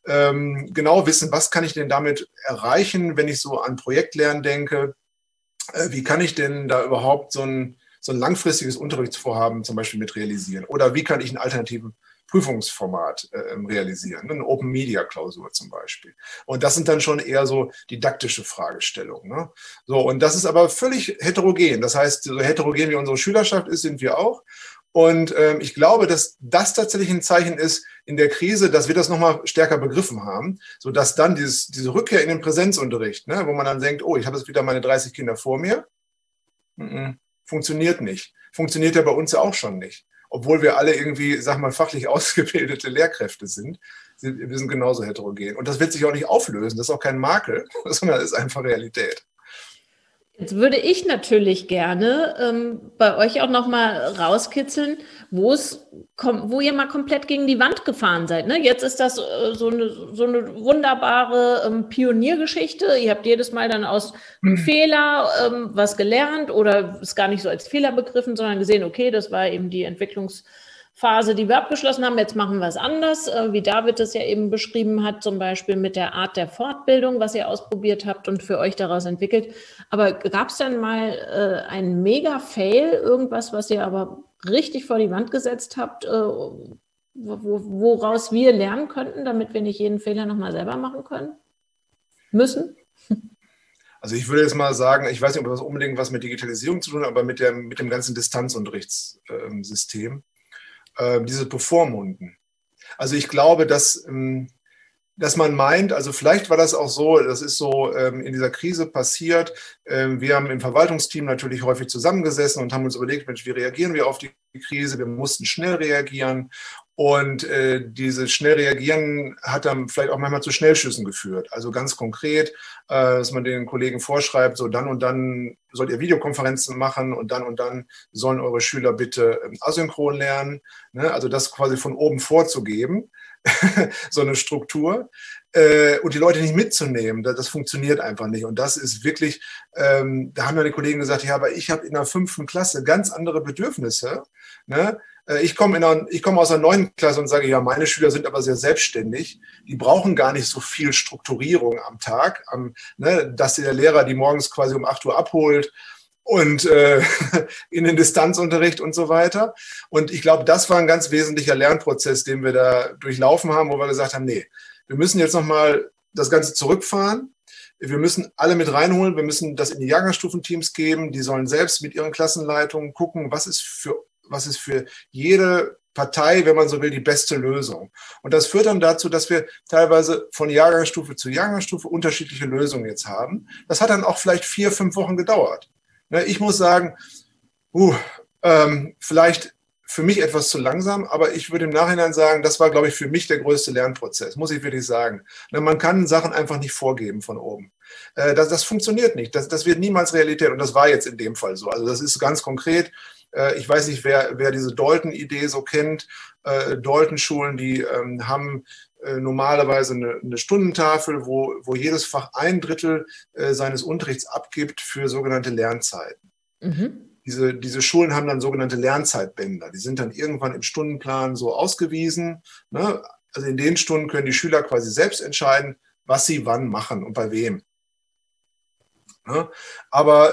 genau wissen, was kann ich denn damit erreichen, wenn ich so an Projektlernen denke. Wie kann ich denn da überhaupt so ein langfristiges Unterrichtsvorhaben zum Beispiel mit realisieren? Oder wie kann ich einen alternativen Prüfungsformat realisieren, eine Open-Media-Klausur zum Beispiel. Und das sind dann schon eher so didaktische Fragestellungen. Ne? So, und das ist aber völlig heterogen. Das heißt, so heterogen wie unsere Schülerschaft ist, sind wir auch. Und ich glaube, dass das tatsächlich ein Zeichen ist in der Krise, dass wir das nochmal stärker begriffen haben, sodass dann diese Rückkehr in den Präsenzunterricht, ne, wo man dann denkt, ich habe jetzt wieder meine 30 Kinder vor mir, funktioniert nicht. Funktioniert ja bei uns ja auch schon nicht. Obwohl wir alle irgendwie, fachlich ausgebildete Lehrkräfte sind. Wir sind genauso heterogen. Und das wird sich auch nicht auflösen. Das ist auch kein Makel, sondern das ist einfach Realität. Jetzt würde ich natürlich gerne bei euch auch nochmal rauskitzeln, wo ihr mal komplett gegen die Wand gefahren seid. Ne? Jetzt ist das so eine wunderbare Pioniergeschichte. Ihr habt jedes Mal dann aus einem Fehler was gelernt oder es gar nicht so als Fehler begriffen, sondern gesehen, okay, das war eben die Entwicklungsphase, die wir abgeschlossen haben. Jetzt machen wir es anders, wie David es ja eben beschrieben hat, zum Beispiel mit der Art der Fortbildung, was ihr ausprobiert habt und für euch daraus entwickelt. Aber gab es dann mal einen Mega-Fail, irgendwas, was ihr aber richtig vor die Wand gesetzt habt, woraus wir lernen könnten, damit wir nicht jeden Fehler nochmal selber machen müssen? Also ich würde jetzt mal sagen, ich weiß nicht, ob das unbedingt was mit Digitalisierung zu tun hat, aber mit dem ganzen Distanzunterrichtssystem. Diese Bevormunden. Also ich glaube, dass man meint, also vielleicht war das auch so, das ist so in dieser Krise passiert. Wir haben im Verwaltungsteam natürlich häufig zusammengesessen und haben uns überlegt, Mensch, wie reagieren wir auf die Krise? Wir mussten schnell reagieren. Und dieses schnell reagieren hat dann vielleicht auch manchmal zu Schnellschüssen geführt. Also ganz konkret, dass man den Kollegen vorschreibt, so dann und dann sollt ihr Videokonferenzen machen und dann sollen eure Schüler bitte asynchron lernen. Ne? Also das quasi von oben vorzugeben, so eine Struktur. Und die Leute nicht mitzunehmen, das funktioniert einfach nicht. Und das ist wirklich, da haben dann die Kollegen gesagt, ja, aber ich habe in der 5. Klasse ganz andere Bedürfnisse. Ne? Ich komme aus der 9. Klasse und sage, ja, meine Schüler sind aber sehr selbstständig. Die brauchen gar nicht so viel Strukturierung am Tag, ne, dass der Lehrer die morgens quasi um 8 Uhr abholt und in den Distanzunterricht und so weiter. Und ich glaube, das war ein ganz wesentlicher Lernprozess, den wir da durchlaufen haben, wo wir gesagt haben, nee, wir müssen jetzt nochmal das Ganze zurückfahren. Wir müssen alle mit reinholen. Wir müssen das in die Jahrgangsstufenteams geben. Die sollen selbst mit ihren Klassenleitungen gucken, was ist für jede Partei, wenn man so will, die beste Lösung. Und das führt dann dazu, dass wir teilweise von Jahrgangsstufe zu Jahrgangsstufe unterschiedliche Lösungen jetzt haben. Das hat dann auch vielleicht 4, 5 Wochen gedauert. Ich muss sagen, vielleicht für mich etwas zu langsam, aber ich würde im Nachhinein sagen, das war, glaube ich, für mich der größte Lernprozess, muss ich wirklich sagen. Man kann Sachen einfach nicht vorgeben von oben. Das funktioniert nicht. Das wird niemals Realität und das war jetzt in dem Fall so. Also das ist ganz konkret. Ich weiß nicht, wer diese Dalton-Idee so kennt. Dalton-Schulen, die haben normalerweise eine Stundentafel, wo jedes Fach 1/3 seines Unterrichts abgibt für sogenannte Lernzeiten. Mhm. Diese Schulen haben dann sogenannte Lernzeitbänder. Die sind dann irgendwann im Stundenplan so ausgewiesen. Ne? Also in den Stunden können die Schüler quasi selbst entscheiden, was sie wann machen und bei wem. Ne? Aber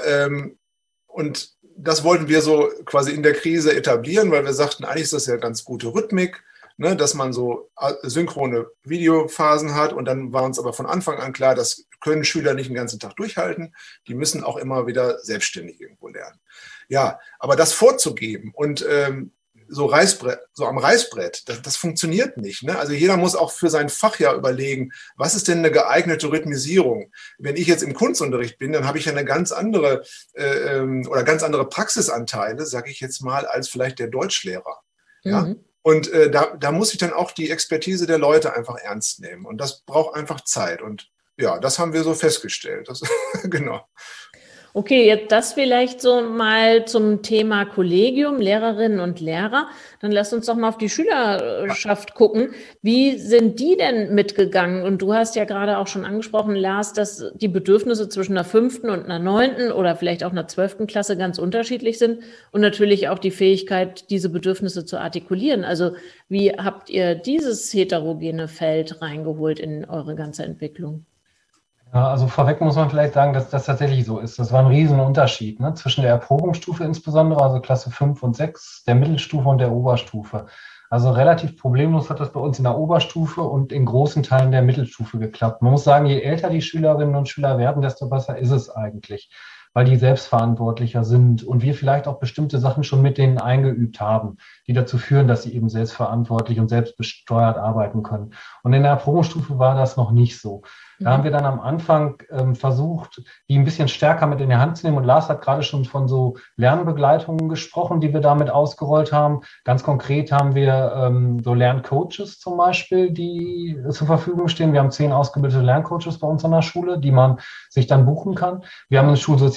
und das wollten wir so quasi in der Krise etablieren, weil wir sagten, eigentlich ist das ja ganz gute Rhythmik, ne, dass man so synchrone Videophasen hat. Und dann war uns aber von Anfang an klar, das können Schüler nicht den ganzen Tag durchhalten. Die müssen auch immer wieder selbstständig irgendwo lernen. Ja, aber das vorzugeben und so am Reißbrett, das funktioniert nicht. Ne? Also jeder muss auch für sein Fach ja überlegen, was ist denn eine geeignete Rhythmisierung? Wenn ich jetzt im Kunstunterricht bin, dann habe ich ja eine ganz andere ganz andere Praxisanteile, sage ich jetzt mal, als vielleicht der Deutschlehrer. Mhm. Ja? Und da muss ich dann auch die Expertise der Leute einfach ernst nehmen. Und das braucht einfach Zeit. Und ja, das haben wir so festgestellt. Genau. Okay, jetzt das vielleicht so mal zum Thema Kollegium, Lehrerinnen und Lehrer. Dann lasst uns doch mal auf die Schülerschaft gucken. Wie sind die denn mitgegangen? Und du hast ja gerade auch schon angesprochen, Lars, dass die Bedürfnisse zwischen einer 5. und einer 9. oder vielleicht auch einer 12. Klasse ganz unterschiedlich sind und natürlich auch die Fähigkeit, diese Bedürfnisse zu artikulieren. Also wie habt ihr dieses heterogene Feld reingeholt in eure ganze Entwicklung? Ja, also vorweg muss man vielleicht sagen, dass das tatsächlich so ist. Das war ein Riesenunterschied, ne, zwischen der Erprobungsstufe insbesondere, also Klasse 5 und 6, der Mittelstufe und der Oberstufe. Also relativ problemlos hat das bei uns in der Oberstufe und in großen Teilen der Mittelstufe geklappt. Man muss sagen, je älter die Schülerinnen und Schüler werden, desto besser ist es eigentlich, weil die selbstverantwortlicher sind und wir vielleicht auch bestimmte Sachen schon mit denen eingeübt haben, die dazu führen, dass sie eben selbstverantwortlich und selbstbesteuert arbeiten können. Und in der Erprobungsstufe war das noch nicht so. Da haben wir dann am Anfang versucht, die ein bisschen stärker mit in die Hand zu nehmen. Und Lars hat gerade schon von so Lernbegleitungen gesprochen, die wir damit ausgerollt haben. Ganz konkret haben wir so Lerncoaches zum Beispiel, die zur Verfügung stehen. Wir haben 10 ausgebildete Lerncoaches bei uns an der Schule, die man sich dann buchen kann. Wir haben ein Schulsozial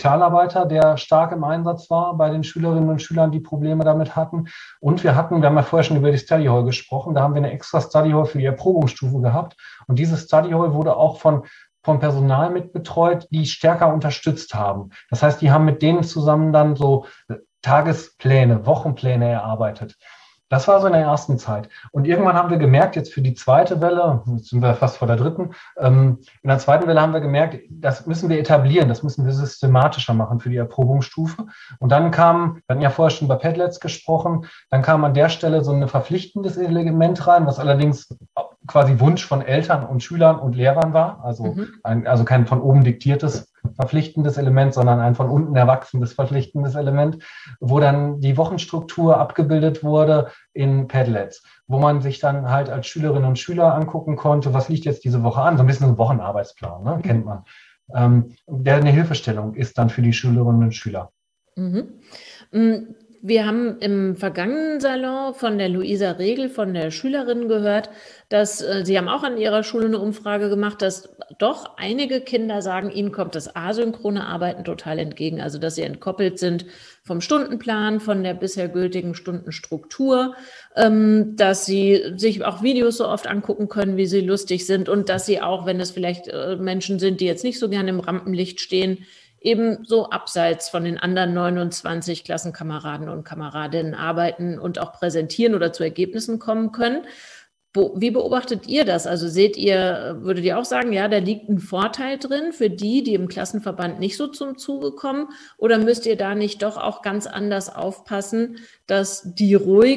Sozialarbeiter, der stark im Einsatz war bei den Schülerinnen und Schülern, die Probleme damit hatten. Und wir haben ja vorher schon über die Study Hall gesprochen, da haben wir eine extra Study Hall für die Erprobungsstufe gehabt. Und diese Study Hall wurde auch vom Personal mitbetreut, die stärker unterstützt haben. Das heißt, die haben mit denen zusammen dann so Tagespläne, Wochenpläne erarbeitet. Das war so in der ersten Zeit. Und irgendwann haben wir gemerkt, jetzt für die zweite Welle, jetzt sind wir fast vor der dritten, in der zweiten Welle haben wir gemerkt, das müssen wir etablieren, das müssen wir systematischer machen für die Erprobungsstufe. Und dann kam, wir hatten ja vorher schon über Padlets gesprochen, dann kam an der Stelle so ein verpflichtendes Element rein, was allerdings quasi Wunsch von Eltern und Schülern und Lehrern war. Also, also kein von oben diktiertes verpflichtendes Element, sondern ein von unten erwachsenes verpflichtendes Element, wo dann die Wochenstruktur abgebildet wurde in Padlets, wo man sich dann halt als Schülerinnen und Schüler angucken konnte, was liegt jetzt diese Woche an, so ein bisschen ein Wochenarbeitsplan, ne? Kennt man. Der eine Hilfestellung ist dann für die Schülerinnen und Schüler. Wir haben im vergangenen Salon von der Luisa Regel, von der Schülerin gehört, dass Sie haben auch an Ihrer Schule eine Umfrage gemacht, dass doch einige Kinder sagen, ihnen kommt das asynchrone Arbeiten total entgegen. Also, dass sie entkoppelt sind vom Stundenplan, von der bisher gültigen Stundenstruktur, dass sie sich auch Videos so oft angucken können, wie sie lustig sind und dass sie auch, wenn es vielleicht Menschen sind, die jetzt nicht so gerne im Rampenlicht stehen, eben so abseits von den anderen 29 Klassenkameraden und Kameradinnen arbeiten und auch präsentieren oder zu Ergebnissen kommen können. Wie beobachtet ihr das? Also würdet ihr auch sagen, ja, da liegt ein Vorteil drin für die im Klassenverband nicht so zum Zuge kommen? Oder müsst ihr da nicht doch auch ganz anders aufpassen, dass die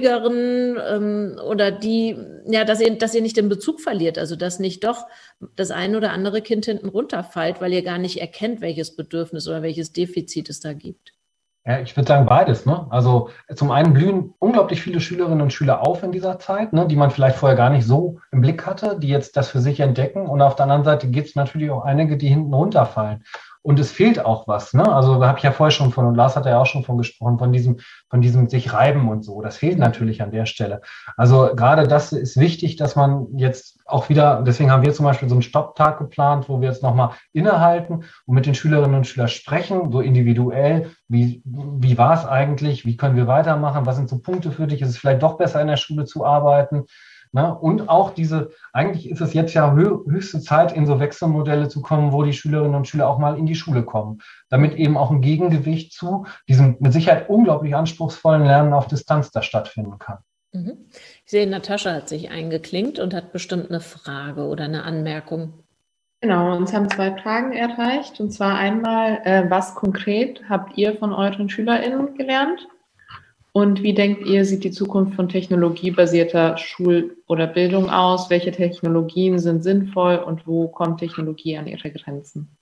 ruhigeren oder die, ja, dass ihr nicht den Bezug verliert, also dass nicht doch das ein oder andere Kind hinten runterfällt, weil ihr gar nicht erkennt, welches Bedürfnis oder welches Defizit es da gibt? Ja, ich würde sagen beides, ne? Also zum einen blühen unglaublich viele Schülerinnen und Schüler auf in dieser Zeit, ne, die man vielleicht vorher gar nicht so im Blick hatte, die jetzt das für sich entdecken. Und auf der anderen Seite gibt es natürlich auch einige, die hinten runterfallen. Und es fehlt auch was, ne? Also da habe ich ja vorher schon von, und Lars hat ja auch schon von gesprochen, von diesem sich reiben und so. Das fehlt natürlich an der Stelle. Also gerade das ist wichtig, dass man jetzt auch wieder, deswegen haben wir zum Beispiel so einen Stopptag geplant, wo wir jetzt nochmal innehalten und mit den Schülerinnen und Schülern sprechen, so individuell, wie war es eigentlich, wie können wir weitermachen, was sind so Punkte für dich, ist es vielleicht doch besser in der Schule zu arbeiten. Ne? Und auch eigentlich ist es jetzt ja höchste Zeit, in so Wechselmodelle zu kommen, wo die Schülerinnen und Schüler auch mal in die Schule kommen, damit eben auch ein Gegengewicht zu diesem mit Sicherheit unglaublich anspruchsvollen Lernen auf Distanz da stattfinden kann. Ich sehe, Natascha hat sich eingeklinkt und hat bestimmt eine Frage oder eine Anmerkung. Genau, uns haben 2 Fragen erreicht. Und zwar einmal, was konkret habt ihr von euren SchülerInnen gelernt? Und wie denkt ihr, sieht die Zukunft von technologiebasierter Schul- oder Bildung aus? Welche Technologien sind sinnvoll und wo kommt Technologie an ihre Grenzen?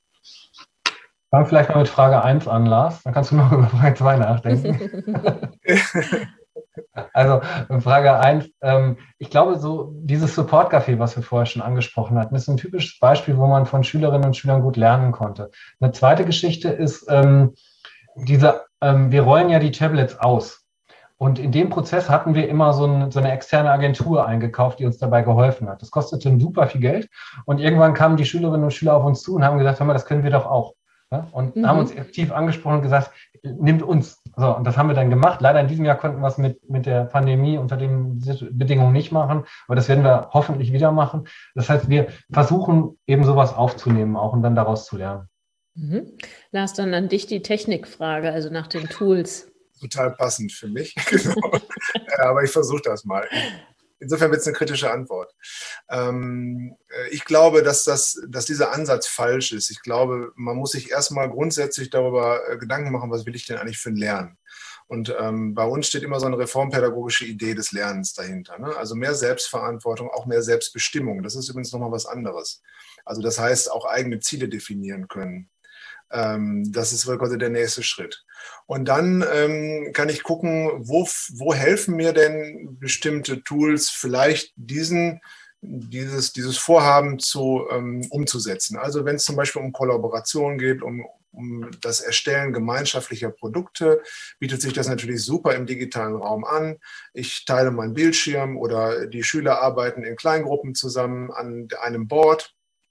Fangen vielleicht mal mit Frage 1 an, Lars. Dann kannst du noch über Frage 2 nachdenken. Also Frage 1, ich glaube, so dieses Support-Café, was wir vorher schon angesprochen hatten, ist ein typisches Beispiel, wo man von Schülerinnen und Schülern gut lernen konnte. Eine zweite Geschichte ist, wir rollen ja die Tablets aus. Und in dem Prozess hatten wir immer so eine externe Agentur eingekauft, die uns dabei geholfen hat. Das kostete super viel Geld. Und irgendwann kamen die Schülerinnen und Schüler auf uns zu und haben gesagt, hör mal, das können wir doch auch. Und haben uns aktiv angesprochen und gesagt, nimmt uns. So, und das haben wir dann gemacht. Leider in diesem Jahr konnten wir es mit der Pandemie unter den Bedingungen nicht machen, aber das werden wir hoffentlich wieder machen. Das heißt, wir versuchen eben sowas aufzunehmen auch und dann daraus zu lernen. Lars, dann an dich die Technikfrage, also nach den Tools. Total passend für mich, genau. Aber ich versuche das mal. Insofern wird es eine kritische Antwort. Ich glaube, dass dieser Ansatz falsch ist. Ich glaube, man muss sich erstmal grundsätzlich darüber Gedanken machen, was will ich denn eigentlich für ein Lernen? Und bei uns steht immer so eine reformpädagogische Idee des Lernens dahinter. Ne? Also mehr Selbstverantwortung, auch mehr Selbstbestimmung. Das ist übrigens nochmal was anderes. Also das heißt, auch eigene Ziele definieren können. Das ist quasi der nächste Schritt. Und dann kann ich gucken, wo helfen mir denn bestimmte Tools, vielleicht dieses Vorhaben umzusetzen. Also wenn es zum Beispiel um Kollaboration geht, um das Erstellen gemeinschaftlicher Produkte, bietet sich das natürlich super im digitalen Raum an. Ich teile meinen Bildschirm oder die Schüler arbeiten in Kleingruppen zusammen an einem Board.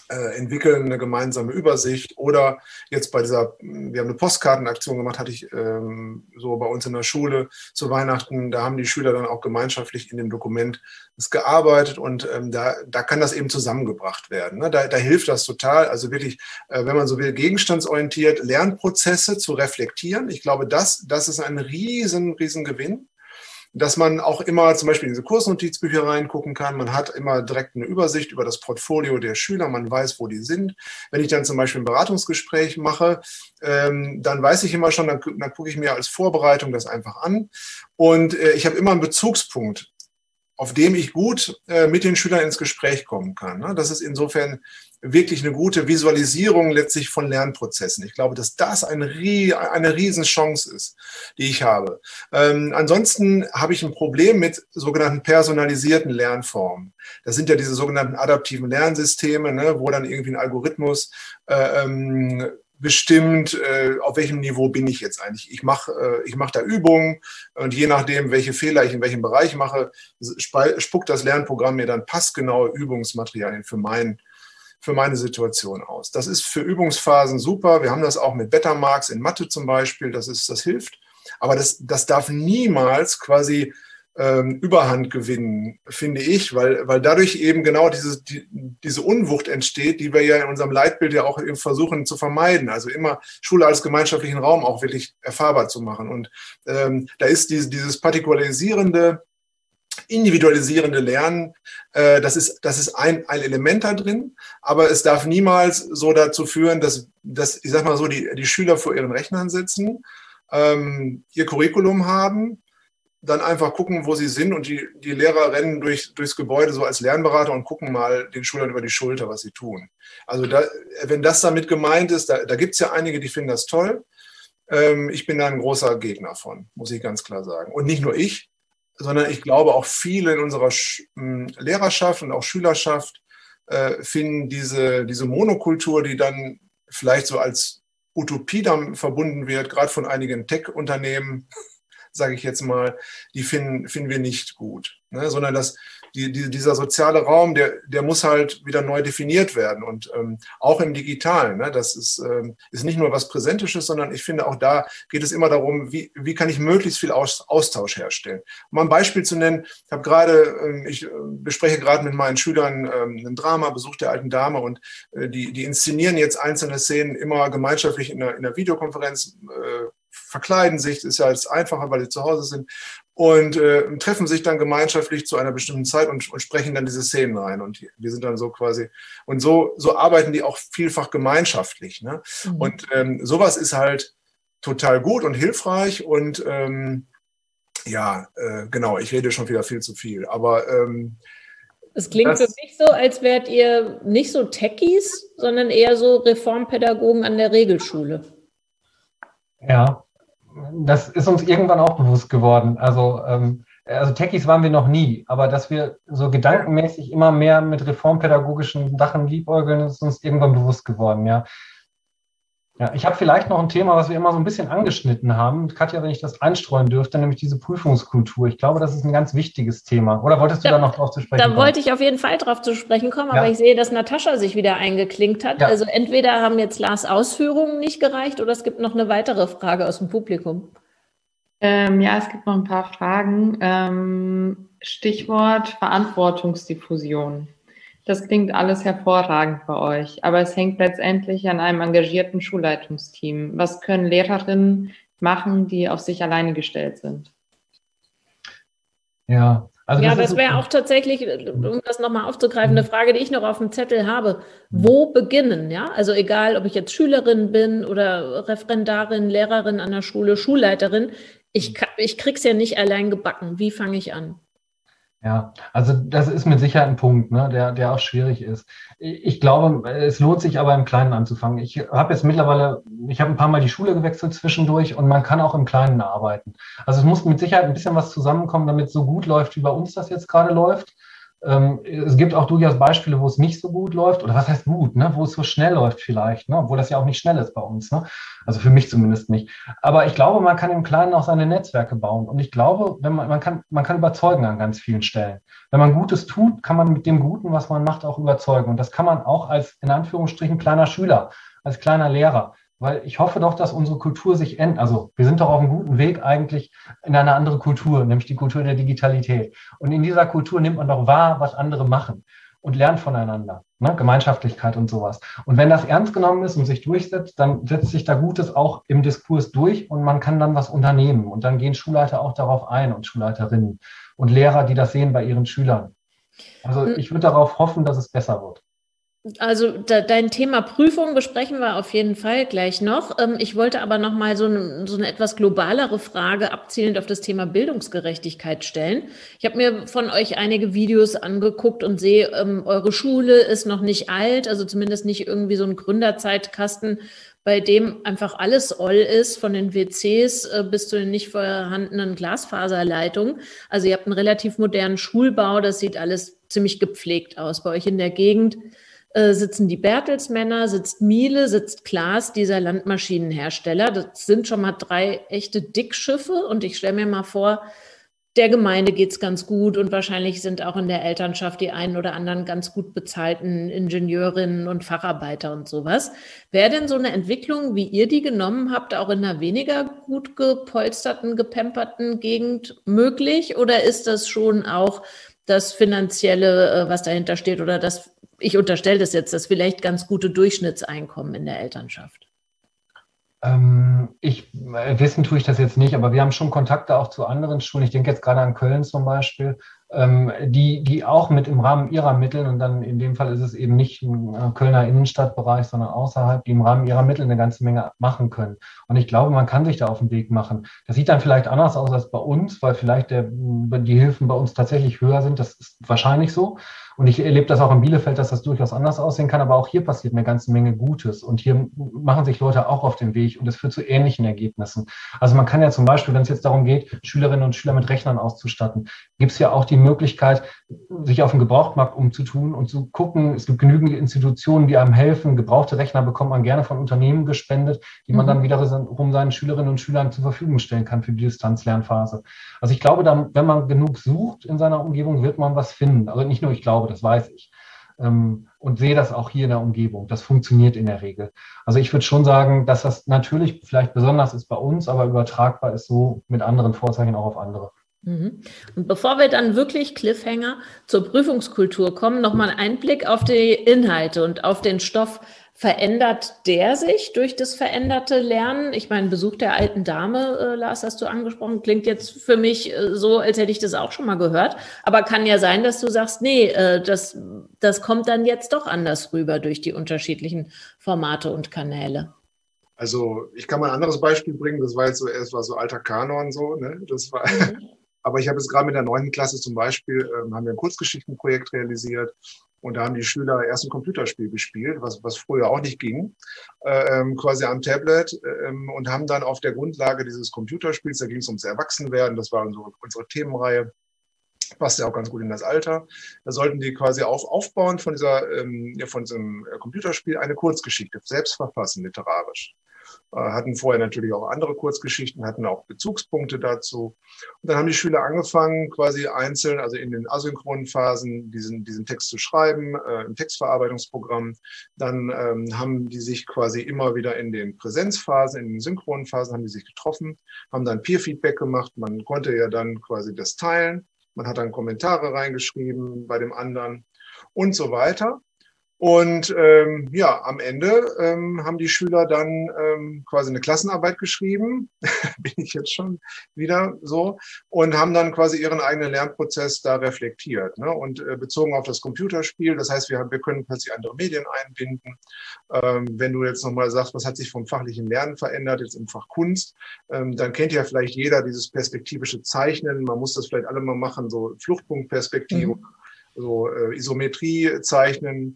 entwickeln eine gemeinsame Übersicht oder jetzt wir haben eine Postkartenaktion gemacht, hatte ich so bei uns in der Schule zu Weihnachten, da haben die Schüler dann auch gemeinschaftlich in dem Dokument gearbeitet und da kann das eben zusammengebracht werden. Ne? Da hilft das total, also wirklich, wenn man so will, gegenstandsorientiert Lernprozesse zu reflektieren. Ich glaube, das ist ein riesen Gewinn. Dass man auch immer zum Beispiel in diese Kursnotizbücher reingucken kann. Man hat immer direkt eine Übersicht über das Portfolio der Schüler. Man weiß, wo die sind. Wenn ich dann zum Beispiel ein Beratungsgespräch mache, dann weiß ich immer schon, dann gucke ich mir als Vorbereitung das einfach an. Und ich habe immer einen Bezugspunkt, auf dem ich gut mit den Schülern ins Gespräch kommen kann. Ne? Das ist insofern wirklich eine gute Visualisierung letztlich von Lernprozessen. Ich glaube, dass das eine Riesenchance ist, die ich habe. Ansonsten habe ich ein Problem mit sogenannten personalisierten Lernformen. Das sind ja diese sogenannten adaptiven Lernsysteme, ne, wo dann irgendwie ein Algorithmus bestimmt, auf welchem Niveau bin ich jetzt eigentlich. Ich mache da Übungen und je nachdem, welche Fehler ich in welchem Bereich mache, spuckt das Lernprogramm mir dann passgenaue Übungsmaterialien für meine Situation aus. Das ist für Übungsphasen super. Wir haben das auch mit Betamax in Mathe zum Beispiel. Das hilft. Aber das darf niemals quasi Überhand gewinnen, finde ich, weil dadurch eben genau diese Unwucht entsteht, die wir ja in unserem Leitbild ja auch eben versuchen zu vermeiden. Also immer Schule als gemeinschaftlichen Raum auch wirklich erfahrbar zu machen. Und da ist dieses partikularisierende, individualisierende Lernen, das ist ein Element da drin, aber es darf niemals so dazu führen, dass ich sag mal so, die Schüler vor ihren Rechnern sitzen, ihr Curriculum haben, dann einfach gucken, wo sie sind und die Lehrer rennen durchs Gebäude so als Lernberater und gucken mal den Schülern über die Schulter, was sie tun. Also wenn das damit gemeint ist, da gibt es ja einige, die finden das toll. Ich bin da ein großer Gegner von, muss ich ganz klar sagen. Und nicht nur ich, sondern ich glaube auch viele in unserer Lehrerschaft und auch Schülerschaft finden diese Monokultur, die dann vielleicht so als Utopie dann verbunden wird, gerade von einigen Tech-Unternehmen, sage ich jetzt mal, die finden wir nicht gut, ne? Sondern dieser soziale Raum, der muss halt wieder neu definiert werden und auch im Digitalen. Ne? Das ist nicht nur was Präsentisches, sondern ich finde auch da geht es immer darum, wie kann ich möglichst viel Austausch herstellen. Um mal ein Beispiel zu nennen, ich bespreche gerade mit meinen Schülern ein Drama, Besuch der alten Dame und die inszenieren jetzt einzelne Szenen immer gemeinschaftlich in einer Videokonferenz, verkleiden sich, das ist ja jetzt einfacher, weil sie zu Hause sind und treffen sich dann gemeinschaftlich zu einer bestimmten Zeit und sprechen dann diese Szenen rein und wir sind dann so quasi und so arbeiten die auch vielfach gemeinschaftlich, ne? Mhm. Und sowas ist halt total gut und hilfreich und genau, ich rede schon wieder viel zu viel, aber es klingt für mich so, als wärt ihr nicht so Techies, sondern eher so Reformpädagogen an der Regelschule. Ja, das ist uns irgendwann auch bewusst geworden. Also Techies waren wir noch nie, aber dass wir so gedankenmäßig immer mehr mit reformpädagogischen Sachen liebäugeln, ist uns irgendwann bewusst geworden, ja. Ja, ich habe vielleicht noch ein Thema, was wir immer so ein bisschen angeschnitten haben. Katja, wenn ich das einstreuen dürfte, nämlich diese Prüfungskultur. Ich glaube, das ist ein ganz wichtiges Thema. Oder wolltest du da noch drauf zu sprechen kommen? Da wollte ich auf jeden Fall drauf zu sprechen kommen, aber ich sehe, dass Natascha sich wieder eingeklinkt hat. Ja. Also entweder haben jetzt Lars' Ausführungen nicht gereicht oder es gibt noch eine weitere Frage aus dem Publikum. Es gibt noch ein paar Fragen. Stichwort Verantwortungsdiffusion. Das klingt alles hervorragend bei euch, aber es hängt letztendlich an einem engagierten Schulleitungsteam. Was können Lehrerinnen machen, die auf sich alleine gestellt sind? Ja, also das wäre auch tatsächlich, um das nochmal aufzugreifen, eine Frage, die ich noch auf dem Zettel habe. Wo beginnen? Ja, also egal, ob ich jetzt Schülerin bin oder Referendarin, Lehrerin an der Schule, Schulleiterin, ich krieg's ja nicht allein gebacken. Wie fange ich an? Ja, also das ist mit Sicherheit ein Punkt, ne, der auch schwierig ist. Ich glaube, es lohnt sich aber im Kleinen anzufangen. Ich habe ein paar Mal die Schule gewechselt zwischendurch und man kann auch im Kleinen arbeiten. Also es muss mit Sicherheit ein bisschen was zusammenkommen, damit es so gut läuft, wie bei uns das jetzt gerade läuft. Es gibt auch durchaus Beispiele, wo es nicht so gut läuft, oder was heißt gut, ne? Wo es so schnell läuft vielleicht, ne? Obwohl das ja auch nicht schnell ist bei uns, ne? Also für mich zumindest nicht. Aber ich glaube, man kann im Kleinen auch seine Netzwerke bauen. Und ich glaube, wenn man kann überzeugen an ganz vielen Stellen. Wenn man Gutes tut, kann man mit dem Guten, was man macht, auch überzeugen. Und das kann man auch als, in Anführungsstrichen, kleiner Schüler, als kleiner Lehrer. Weil ich hoffe doch, dass unsere Kultur sich ändert. Also wir sind doch auf einem guten Weg eigentlich in eine andere Kultur, nämlich die Kultur der Digitalität. Und in dieser Kultur nimmt man doch wahr, was andere machen und lernt voneinander, ne? Gemeinschaftlichkeit und sowas. Und wenn das ernst genommen ist und sich durchsetzt, dann setzt sich da Gutes auch im Diskurs durch und man kann dann was unternehmen. Und dann gehen Schulleiter auch darauf ein und Schulleiterinnen und Lehrer, die das sehen bei ihren Schülern. Also ich würde darauf hoffen, dass es besser wird. Also dein Thema Prüfung besprechen wir auf jeden Fall gleich noch. Ich wollte aber noch mal so eine etwas globalere Frage abzielend auf das Thema Bildungsgerechtigkeit stellen. Ich habe mir von euch einige Videos angeguckt und sehe, eure Schule ist noch nicht alt, also zumindest nicht irgendwie so ein Gründerzeitkasten, bei dem einfach alles oll ist, von den WCs bis zu den nicht vorhandenen Glasfaserleitungen. Also ihr habt einen relativ modernen Schulbau, das sieht alles ziemlich gepflegt aus. Bei euch in der Gegend sitzen die Bertelsmänner, sitzt Miele, sitzt Klaas, dieser Landmaschinenhersteller. Das sind schon mal 3 echte Dickschiffe und ich stelle mir mal vor, der Gemeinde geht's ganz gut und wahrscheinlich sind auch in der Elternschaft die einen oder anderen ganz gut bezahlten Ingenieurinnen und Facharbeiter und sowas. Wäre denn so eine Entwicklung, wie ihr die genommen habt, auch in einer weniger gut gepolsterten, gepamperten Gegend möglich? Oder ist das schon auch das Finanzielle, was dahinter steht, oder das, ich unterstelle das jetzt, das vielleicht ganz gute Durchschnittseinkommen in der Elternschaft? Wissen tue ich das jetzt nicht, aber wir haben schon Kontakte auch zu anderen Schulen. Ich denke jetzt gerade an Köln zum Beispiel, die auch mit im Rahmen ihrer Mittel, und dann in dem Fall ist es eben nicht ein Kölner Innenstadtbereich, sondern außerhalb, die im Rahmen ihrer Mittel eine ganze Menge machen können. Und ich glaube, man kann sich da auf den Weg machen. Das sieht dann vielleicht anders aus als bei uns, weil vielleicht die Hilfen bei uns tatsächlich höher sind. Das ist wahrscheinlich so. Und ich erlebe das auch in Bielefeld, dass das durchaus anders aussehen kann. Aber auch hier passiert eine ganze Menge Gutes. Und hier machen sich Leute auch auf den Weg und es führt zu ähnlichen Ergebnissen. Also man kann ja zum Beispiel, wenn es jetzt darum geht, Schülerinnen und Schüler mit Rechnern auszustatten, gibt es ja auch die Möglichkeit, sich auf den Gebrauchtmarkt umzutun und zu gucken. Es gibt genügend Institutionen, die einem helfen. Gebrauchte Rechner bekommt man gerne von Unternehmen gespendet, die man dann wiederum seinen Schülerinnen und Schülern zur Verfügung stellen kann für die Distanzlernphase. Also ich glaube, wenn man genug sucht in seiner Umgebung, wird man was finden. Also nicht nur ich glaube, das weiß ich. Und sehe das auch hier in der Umgebung. Das funktioniert in der Regel. Also ich würde schon sagen, dass das natürlich vielleicht besonders ist bei uns, aber übertragbar ist so mit anderen Vorzeichen auch auf andere. Und bevor wir dann wirklich Cliffhanger zur Prüfungskultur kommen, nochmal ein Blick auf die Inhalte und auf den Stoff. Verändert der sich durch das veränderte Lernen? Ich meine, Besuch der alten Dame, Lars, hast du angesprochen, klingt jetzt für mich so, als hätte ich das auch schon mal gehört. Aber kann ja sein, dass du sagst, nee, das kommt dann jetzt doch anders rüber durch die unterschiedlichen Formate und Kanäle. Also ich kann mal ein anderes Beispiel bringen. Das war jetzt so, es war so alter Kanon so, ne? Das war. Aber ich habe jetzt gerade mit der 9. Klasse zum Beispiel, haben wir ein Kurzgeschichtenprojekt realisiert. Und da haben die Schüler erst ein Computerspiel gespielt, was früher auch nicht ging, quasi am Tablet, und haben dann auf der Grundlage dieses Computerspiels, da ging es ums Erwachsenwerden, das war unsere Themenreihe, passt ja auch ganz gut in das Alter, da sollten die quasi aufbauen von diesem Computerspiel eine Kurzgeschichte, selbst verfassen, literarisch. Hatten vorher natürlich auch andere Kurzgeschichten, hatten auch Bezugspunkte dazu. Und dann haben die Schüler angefangen, quasi einzeln, also in den asynchronen Phasen, diesen Text zu schreiben, im Textverarbeitungsprogramm. Dann haben die sich quasi immer wieder in den Präsenzphasen, in den synchronen Phasen haben die sich getroffen, haben dann Peer-Feedback gemacht. Man konnte ja dann quasi das teilen. Man hat dann Kommentare reingeschrieben bei dem anderen und so weiter. Und am Ende haben die Schüler dann quasi eine Klassenarbeit geschrieben, bin ich jetzt schon wieder so, und haben dann quasi ihren eigenen Lernprozess da reflektiert, ne? Und bezogen auf das Computerspiel, das heißt, wir können plötzlich andere Medien einbinden. Wenn du jetzt nochmal sagst, was hat sich vom fachlichen Lernen verändert, jetzt im Fach Kunst, dann kennt ja vielleicht jeder dieses perspektivische Zeichnen, man muss das vielleicht alle mal machen, so Fluchtpunktperspektive, so Isometrie zeichnen.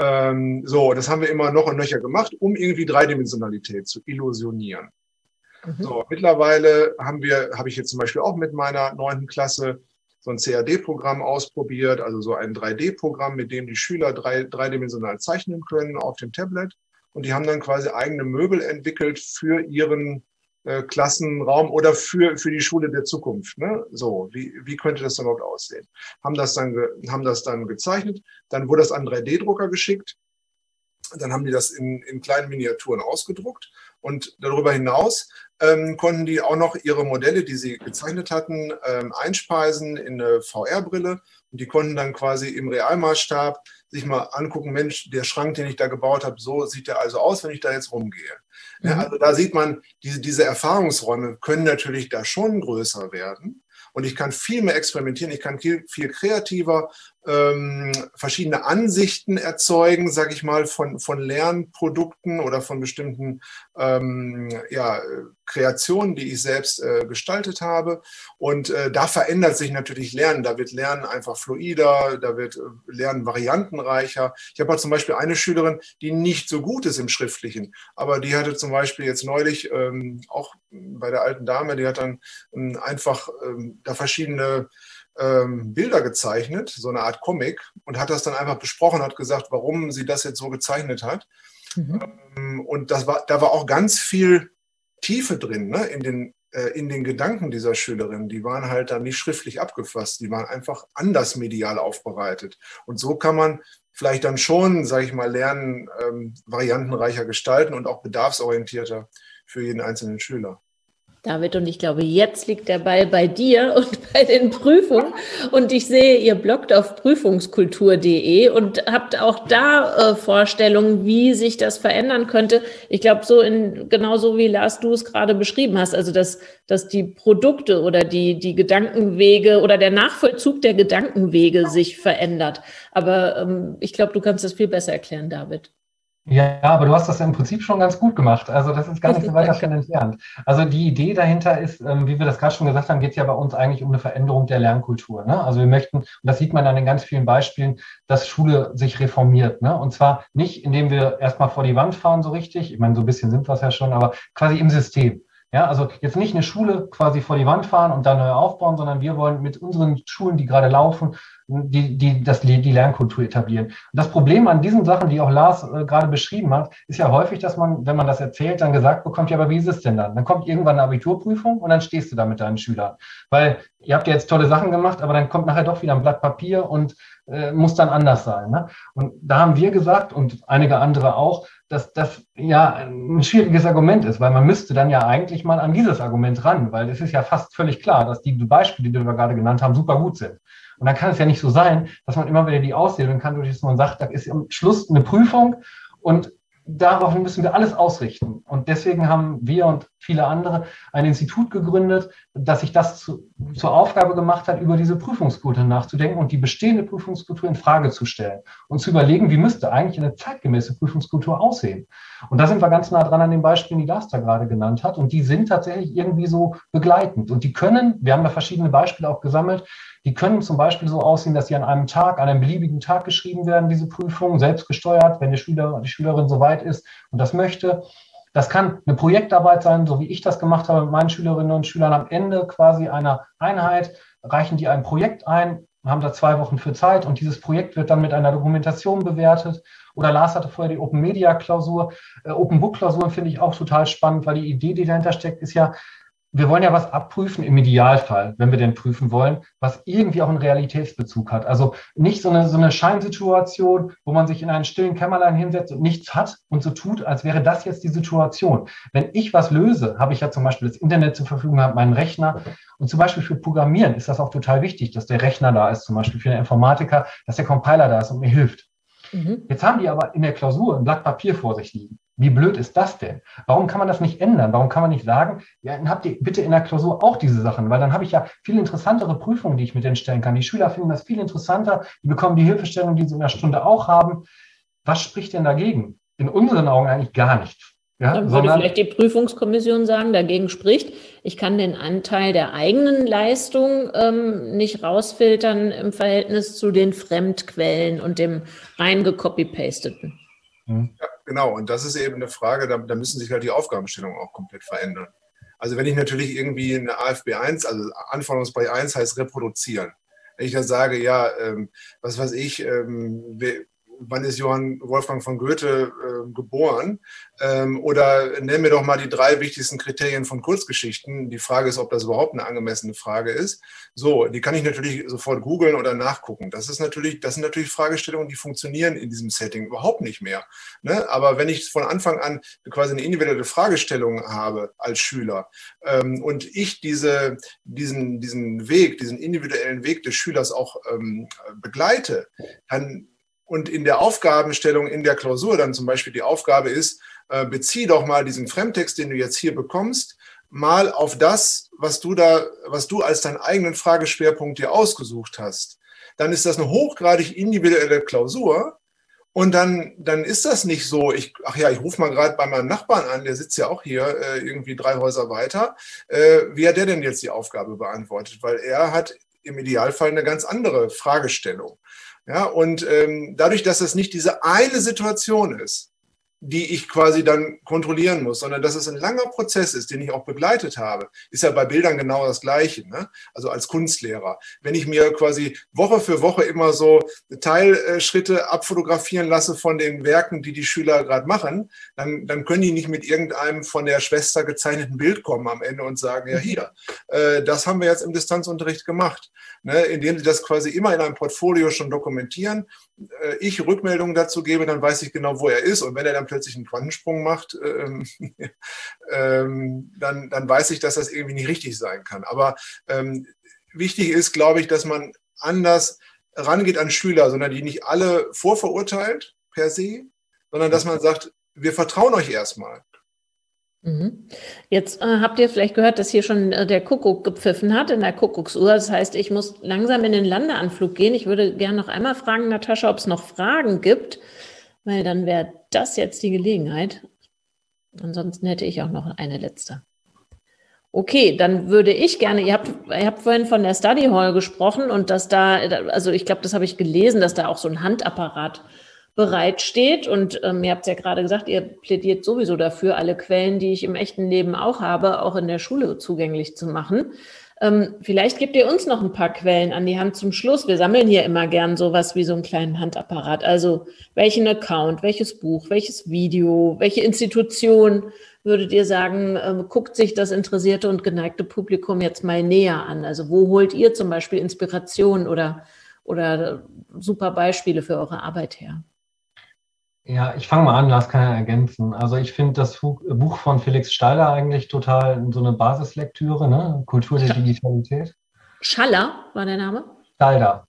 Das haben wir immer noch und nöcher gemacht, um irgendwie Dreidimensionalität zu illusionieren. So, mittlerweile habe ich jetzt zum Beispiel auch mit meiner 9. Klasse so ein CAD-Programm ausprobiert, also so ein 3D-Programm, mit dem die Schüler dreidimensional zeichnen können auf dem Tablet. Und die haben dann quasi eigene Möbel entwickelt für ihren Klassenraum oder für die Schule der Zukunft. Ne? So, wie könnte das dann überhaupt aussehen? Haben das dann gezeichnet, dann wurde das an 3D-Drucker geschickt, dann haben die das in kleinen Miniaturen ausgedruckt und darüber hinaus konnten die auch noch ihre Modelle, die sie gezeichnet hatten, einspeisen in eine VR-Brille und die konnten dann quasi im Realmaßstab sich mal angucken, Mensch, der Schrank, den ich da gebaut habe, so sieht der also aus, wenn ich da jetzt rumgehe. Mhm. Ja, also da sieht man, diese Erfahrungsräume können natürlich da schon größer werden. Und ich kann viel mehr experimentieren, ich kann viel kreativer verschiedene Ansichten erzeugen, sage ich mal, von Lernprodukten oder von bestimmten Kreationen, die ich selbst gestaltet habe. Und da verändert sich natürlich Lernen. Da wird Lernen einfach fluider, da wird Lernen variantenreicher. Ich habe zum Beispiel eine Schülerin, die nicht so gut ist im Schriftlichen, aber die hatte zum Beispiel jetzt neulich auch bei der alten Dame, die hat dann einfach da verschiedene Bilder gezeichnet, so eine Art Comic, und hat das dann einfach besprochen, hat gesagt, warum sie das jetzt so gezeichnet hat. Mhm. Und da war auch ganz viel Tiefe drin, ne, in den Gedanken dieser Schülerin. Die waren halt dann nicht schriftlich abgefasst, die waren einfach anders medial aufbereitet. Und so kann man vielleicht dann schon, sage ich mal, Lernen variantenreicher gestalten und auch bedarfsorientierter für jeden einzelnen Schüler. David, und ich glaube, jetzt liegt der Ball bei dir und bei den Prüfungen. Und ich sehe, ihr bloggt auf prüfungskultur.de und habt auch da Vorstellungen, wie sich das verändern könnte. Ich glaube, genauso wie Lars, du es gerade beschrieben hast, also dass die Produkte oder die Gedankenwege oder der Nachvollzug der Gedankenwege sich verändert. Aber ich glaube, du kannst das viel besser erklären, David. Ja, aber du hast das im Prinzip schon ganz gut gemacht. Also das ist gar nicht so weit davon entfernt. Also die Idee dahinter ist, wie wir das gerade schon gesagt haben, geht es ja bei uns eigentlich um eine Veränderung der Lernkultur. Ne? Also wir möchten, und das sieht man an den ganz vielen Beispielen, dass Schule sich reformiert. Ne? Und zwar nicht, indem wir erstmal vor die Wand fahren so richtig, ich meine, so ein bisschen sind wir es ja schon, aber quasi im System. Ja, also jetzt nicht eine Schule quasi vor die Wand fahren und dann neu aufbauen, sondern wir wollen mit unseren Schulen, die gerade laufen, die Lernkultur etablieren. Und das Problem an diesen Sachen, die auch Lars gerade beschrieben hat, ist ja häufig, dass man, wenn man das erzählt, dann gesagt bekommt, ja, aber wie ist es denn dann? Dann kommt irgendwann eine Abiturprüfung und dann stehst du da mit deinen Schülern. Weil ihr habt ja jetzt tolle Sachen gemacht, aber dann kommt nachher doch wieder ein Blatt Papier und muss dann anders sein. Ne? Und da haben wir gesagt und einige andere auch, dass das ja ein schwieriges Argument ist, weil man müsste dann ja eigentlich mal an dieses Argument ran, weil es ist ja fast völlig klar, dass die Beispiele, die wir gerade genannt haben, super gut sind. Und dann kann es ja nicht so sein, dass man immer wieder die auswählen kann, durch das man sagt, da ist am Schluss eine Prüfung und darauf müssen wir alles ausrichten. Und deswegen haben wir und viele andere ein Institut gegründet, das sich das zur Aufgabe gemacht hat, über diese Prüfungskultur nachzudenken und die bestehende Prüfungskultur in Frage zu stellen und zu überlegen, wie müsste eigentlich eine zeitgemäße Prüfungskultur aussehen. Und da sind wir ganz nah dran an den Beispielen, die Lars da gerade genannt hat. Und die sind tatsächlich irgendwie so begleitend. Und die können, wir haben da verschiedene Beispiele auch gesammelt, die können zum Beispiel so aussehen, dass sie an einem Tag, an einem beliebigen Tag geschrieben werden, diese Prüfungen, selbst gesteuert, wenn der Schüler, die Schülerin so weit ist und das möchte. Das kann eine Projektarbeit sein, so wie ich das gemacht habe mit meinen Schülerinnen und Schülern. Am Ende quasi einer Einheit reichen die ein Projekt ein, haben da 2 Wochen für Zeit und dieses Projekt wird dann mit einer Dokumentation bewertet. Oder Lars hatte vorher die Open-Media-Klausur. Open-Book-Klausuren finde ich auch total spannend, weil die Idee, die dahinter steckt, ist ja, wir wollen ja was abprüfen im Idealfall, wenn wir denn prüfen wollen, was irgendwie auch einen Realitätsbezug hat. Also nicht so eine Scheinsituation, wo man sich in einen stillen Kämmerlein hinsetzt und nichts hat und so tut, als wäre das jetzt die Situation. Wenn ich was löse, habe ich ja zum Beispiel das Internet zur Verfügung, habe meinen Rechner. Und zum Beispiel für Programmieren ist das auch total wichtig, dass der Rechner da ist, zum Beispiel für den Informatiker, dass der Compiler da ist und mir hilft. Jetzt haben die aber in der Klausur ein Blatt Papier vor sich liegen. Wie blöd ist das denn? Warum kann man das nicht ändern? Warum kann man nicht sagen, ja, dann habt ihr bitte in der Klausur auch diese Sachen, weil dann habe ich ja viel interessantere Prüfungen, die ich mit denen stellen kann. Die Schüler finden das viel interessanter, die bekommen die Hilfestellung, die sie in der Stunde auch haben. Was spricht denn dagegen? In unseren Augen eigentlich gar nichts. Ja, dann würde vielleicht die Prüfungskommission sagen, dagegen spricht, ich kann den Anteil der eigenen Leistung nicht rausfiltern im Verhältnis zu den Fremdquellen und dem rein gecopy-pasteten. Ja, genau, und das ist eben eine Frage, da müssen sich halt die Aufgabenstellungen auch komplett verändern. Also wenn ich natürlich irgendwie eine AFB 1, also Anforderungsbereich 1 heißt reproduzieren. Wenn ich da sage, ja, was weiß ich, wann ist Johann Wolfgang von Goethe geboren? Oder nenn mir doch mal die 3 wichtigsten Kriterien von Kurzgeschichten. Die Frage ist, ob das überhaupt eine angemessene Frage ist. So, die kann ich natürlich sofort googeln oder nachgucken. Das sind natürlich Fragestellungen, die funktionieren in diesem Setting überhaupt nicht mehr. Ne? Aber wenn ich von Anfang an quasi eine individuelle Fragestellung habe als Schüler und ich diesen individuellen Weg des Schülers auch begleite, dann und in der Aufgabenstellung in der Klausur dann zum Beispiel die Aufgabe ist, bezieh doch mal diesen Fremdtext, den du jetzt hier bekommst, mal auf das, was du als deinen eigenen Frageschwerpunkt dir ausgesucht hast. Dann ist das eine hochgradig individuelle Klausur und dann ist das nicht so, ich rufe mal gerade bei meinem Nachbarn an, der sitzt ja auch hier irgendwie 3 Häuser weiter, wie hat der denn jetzt die Aufgabe beantwortet? Weil er hat im Idealfall eine ganz andere Fragestellung. Ja, und dadurch, dass es nicht diese eine Situation ist, die ich quasi dann kontrollieren muss, sondern dass es ein langer Prozess ist, den ich auch begleitet habe, ist ja bei Bildern genau das Gleiche, ne? Also als Kunstlehrer. Wenn ich mir quasi Woche für Woche immer so Teilschritte abfotografieren lasse von den Werken, die die Schüler gerade machen, dann können die nicht mit irgendeinem von der Schwester gezeichneten Bild kommen am Ende und sagen, ja hier, das haben wir jetzt im Distanzunterricht gemacht, ne? Indem sie das quasi immer in einem Portfolio schon dokumentieren, ich Rückmeldungen dazu gebe, dann weiß ich genau, wo er ist. Und wenn er dann plötzlich einen Quantensprung macht, dann weiß ich, dass das irgendwie nicht richtig sein kann. Aber wichtig ist, glaube ich, dass man anders rangeht an Schüler, sondern die nicht alle vorverurteilt per se, sondern dass man sagt, wir vertrauen euch erstmal. Jetzt habt ihr vielleicht gehört, dass hier schon der Kuckuck gepfiffen hat in der Kuckucksuhr. Das heißt, ich muss langsam in den Landeanflug gehen. Ich würde gerne noch einmal fragen, Natascha, ob es noch Fragen gibt, weil dann wäre das jetzt die Gelegenheit. Ansonsten hätte ich auch noch eine letzte. Okay, dann würde ich gerne, ihr habt vorhin von der Study Hall gesprochen und dass da, also ich glaube, das habe ich gelesen, dass da auch so ein Handapparat bereitsteht. Und ihr habt es ja gerade gesagt, ihr plädiert sowieso dafür, alle Quellen, die ich im echten Leben auch habe, auch in der Schule zugänglich zu machen. Vielleicht gebt ihr uns noch ein paar Quellen an die Hand zum Schluss. Wir sammeln hier immer gern sowas wie so einen kleinen Handapparat. Also welchen Account, welches Buch, welches Video, welche Institution würdet ihr sagen, guckt sich das interessierte und geneigte Publikum jetzt mal näher an? Also wo holt ihr zum Beispiel Inspiration oder super Beispiele für eure Arbeit her? Ja, ich fange mal an, Lars kann ja ergänzen. Also ich finde das Buch von Felix Steiler eigentlich total so eine Basislektüre, ne? Kultur der Digitalität. Schaller war der Name? Steiler.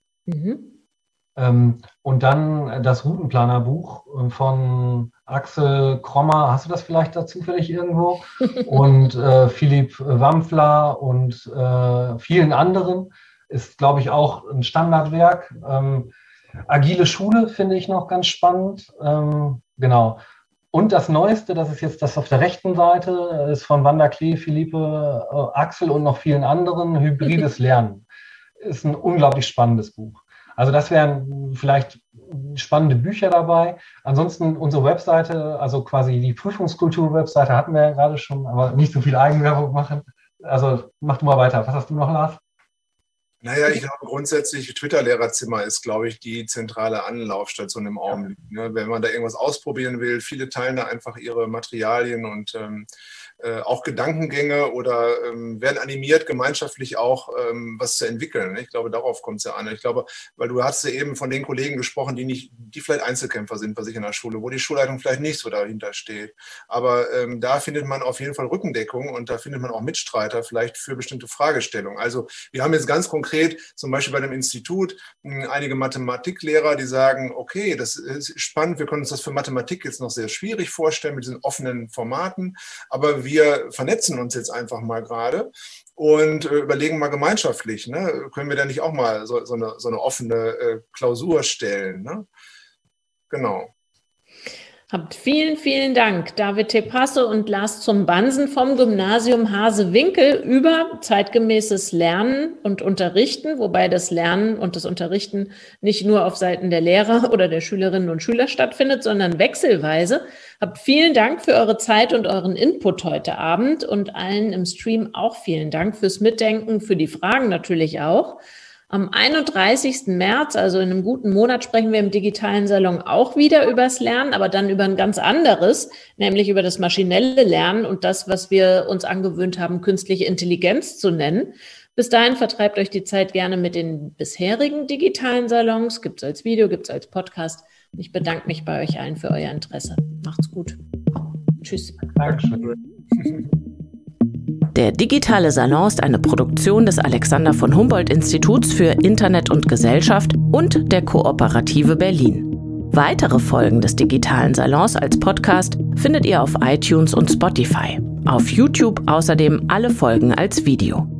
Und dann das Routenplanerbuch von Axel Krommer, hast du das vielleicht da zufällig irgendwo? Und Philipp Wampfler und vielen anderen, ist, glaube ich, auch ein Standardwerk. Agile Schule finde ich noch ganz spannend. Genau. Und das Neueste, das ist jetzt das auf der rechten Seite, ist von Wanda Klee, Philippe, Axel und noch vielen anderen, Hybrides Lernen. Ist ein unglaublich spannendes Buch. Also das wären vielleicht spannende Bücher dabei. Ansonsten unsere Webseite, also quasi die Prüfungskultur-Webseite hatten wir ja gerade schon, aber nicht so viel Eigenwerbung machen. Also mach du mal weiter. Was hast du noch, Lars? Naja, ich glaube grundsätzlich, Twitter-Lehrerzimmer ist, glaube ich, die zentrale Anlaufstation im Augenblick. Ne? Wenn man da irgendwas ausprobieren will, viele teilen da einfach ihre Materialien und auch Gedankengänge oder werden animiert, gemeinschaftlich auch was zu entwickeln. Ne? Ich glaube, darauf kommt es ja an. Ich glaube, weil du hast ja eben von den Kollegen gesprochen, die vielleicht Einzelkämpfer sind bei sich in der Schule, wo die Schulleitung vielleicht nicht so dahinter steht. Aber da findet man auf jeden Fall Rückendeckung und da findet man auch Mitstreiter vielleicht für bestimmte Fragestellungen. Also wir haben jetzt ganz konkret zum Beispiel bei dem Institut einige Mathematiklehrer, die sagen, okay, das ist spannend, wir können uns das für Mathematik jetzt noch sehr schwierig vorstellen mit diesen offenen Formaten, aber wir vernetzen uns jetzt einfach mal gerade und überlegen mal gemeinschaftlich, ne? Können wir da nicht auch mal so eine offene Klausur stellen? Ne? Genau. Habt vielen, vielen Dank, David Tepasse und Lars Zumbansen vom Gymnasium Hasewinkel über zeitgemäßes Lernen und Unterrichten, wobei das Lernen und das Unterrichten nicht nur auf Seiten der Lehrer oder der Schülerinnen und Schüler stattfindet, sondern wechselweise. Habt vielen Dank für eure Zeit und euren Input heute Abend und allen im Stream auch vielen Dank fürs Mitdenken, für die Fragen natürlich auch. Am 31. März, also in einem guten Monat, sprechen wir im digitalen Salon auch wieder übers Lernen, aber dann über ein ganz anderes, nämlich über das maschinelle Lernen und das, was wir uns angewöhnt haben, künstliche Intelligenz zu nennen. Bis dahin vertreibt euch die Zeit gerne mit den bisherigen digitalen Salons. Gibt es als Video, gibt es als Podcast. Ich bedanke mich bei euch allen für euer Interesse. Macht's gut. Tschüss. Dankeschön. Der digitale Salon ist eine Produktion des Alexander von Humboldt-Instituts für Internet und Gesellschaft und der Kooperative Berlin. Weitere Folgen des digitalen Salons als Podcast findet ihr auf iTunes und Spotify. Auf YouTube außerdem alle Folgen als Video.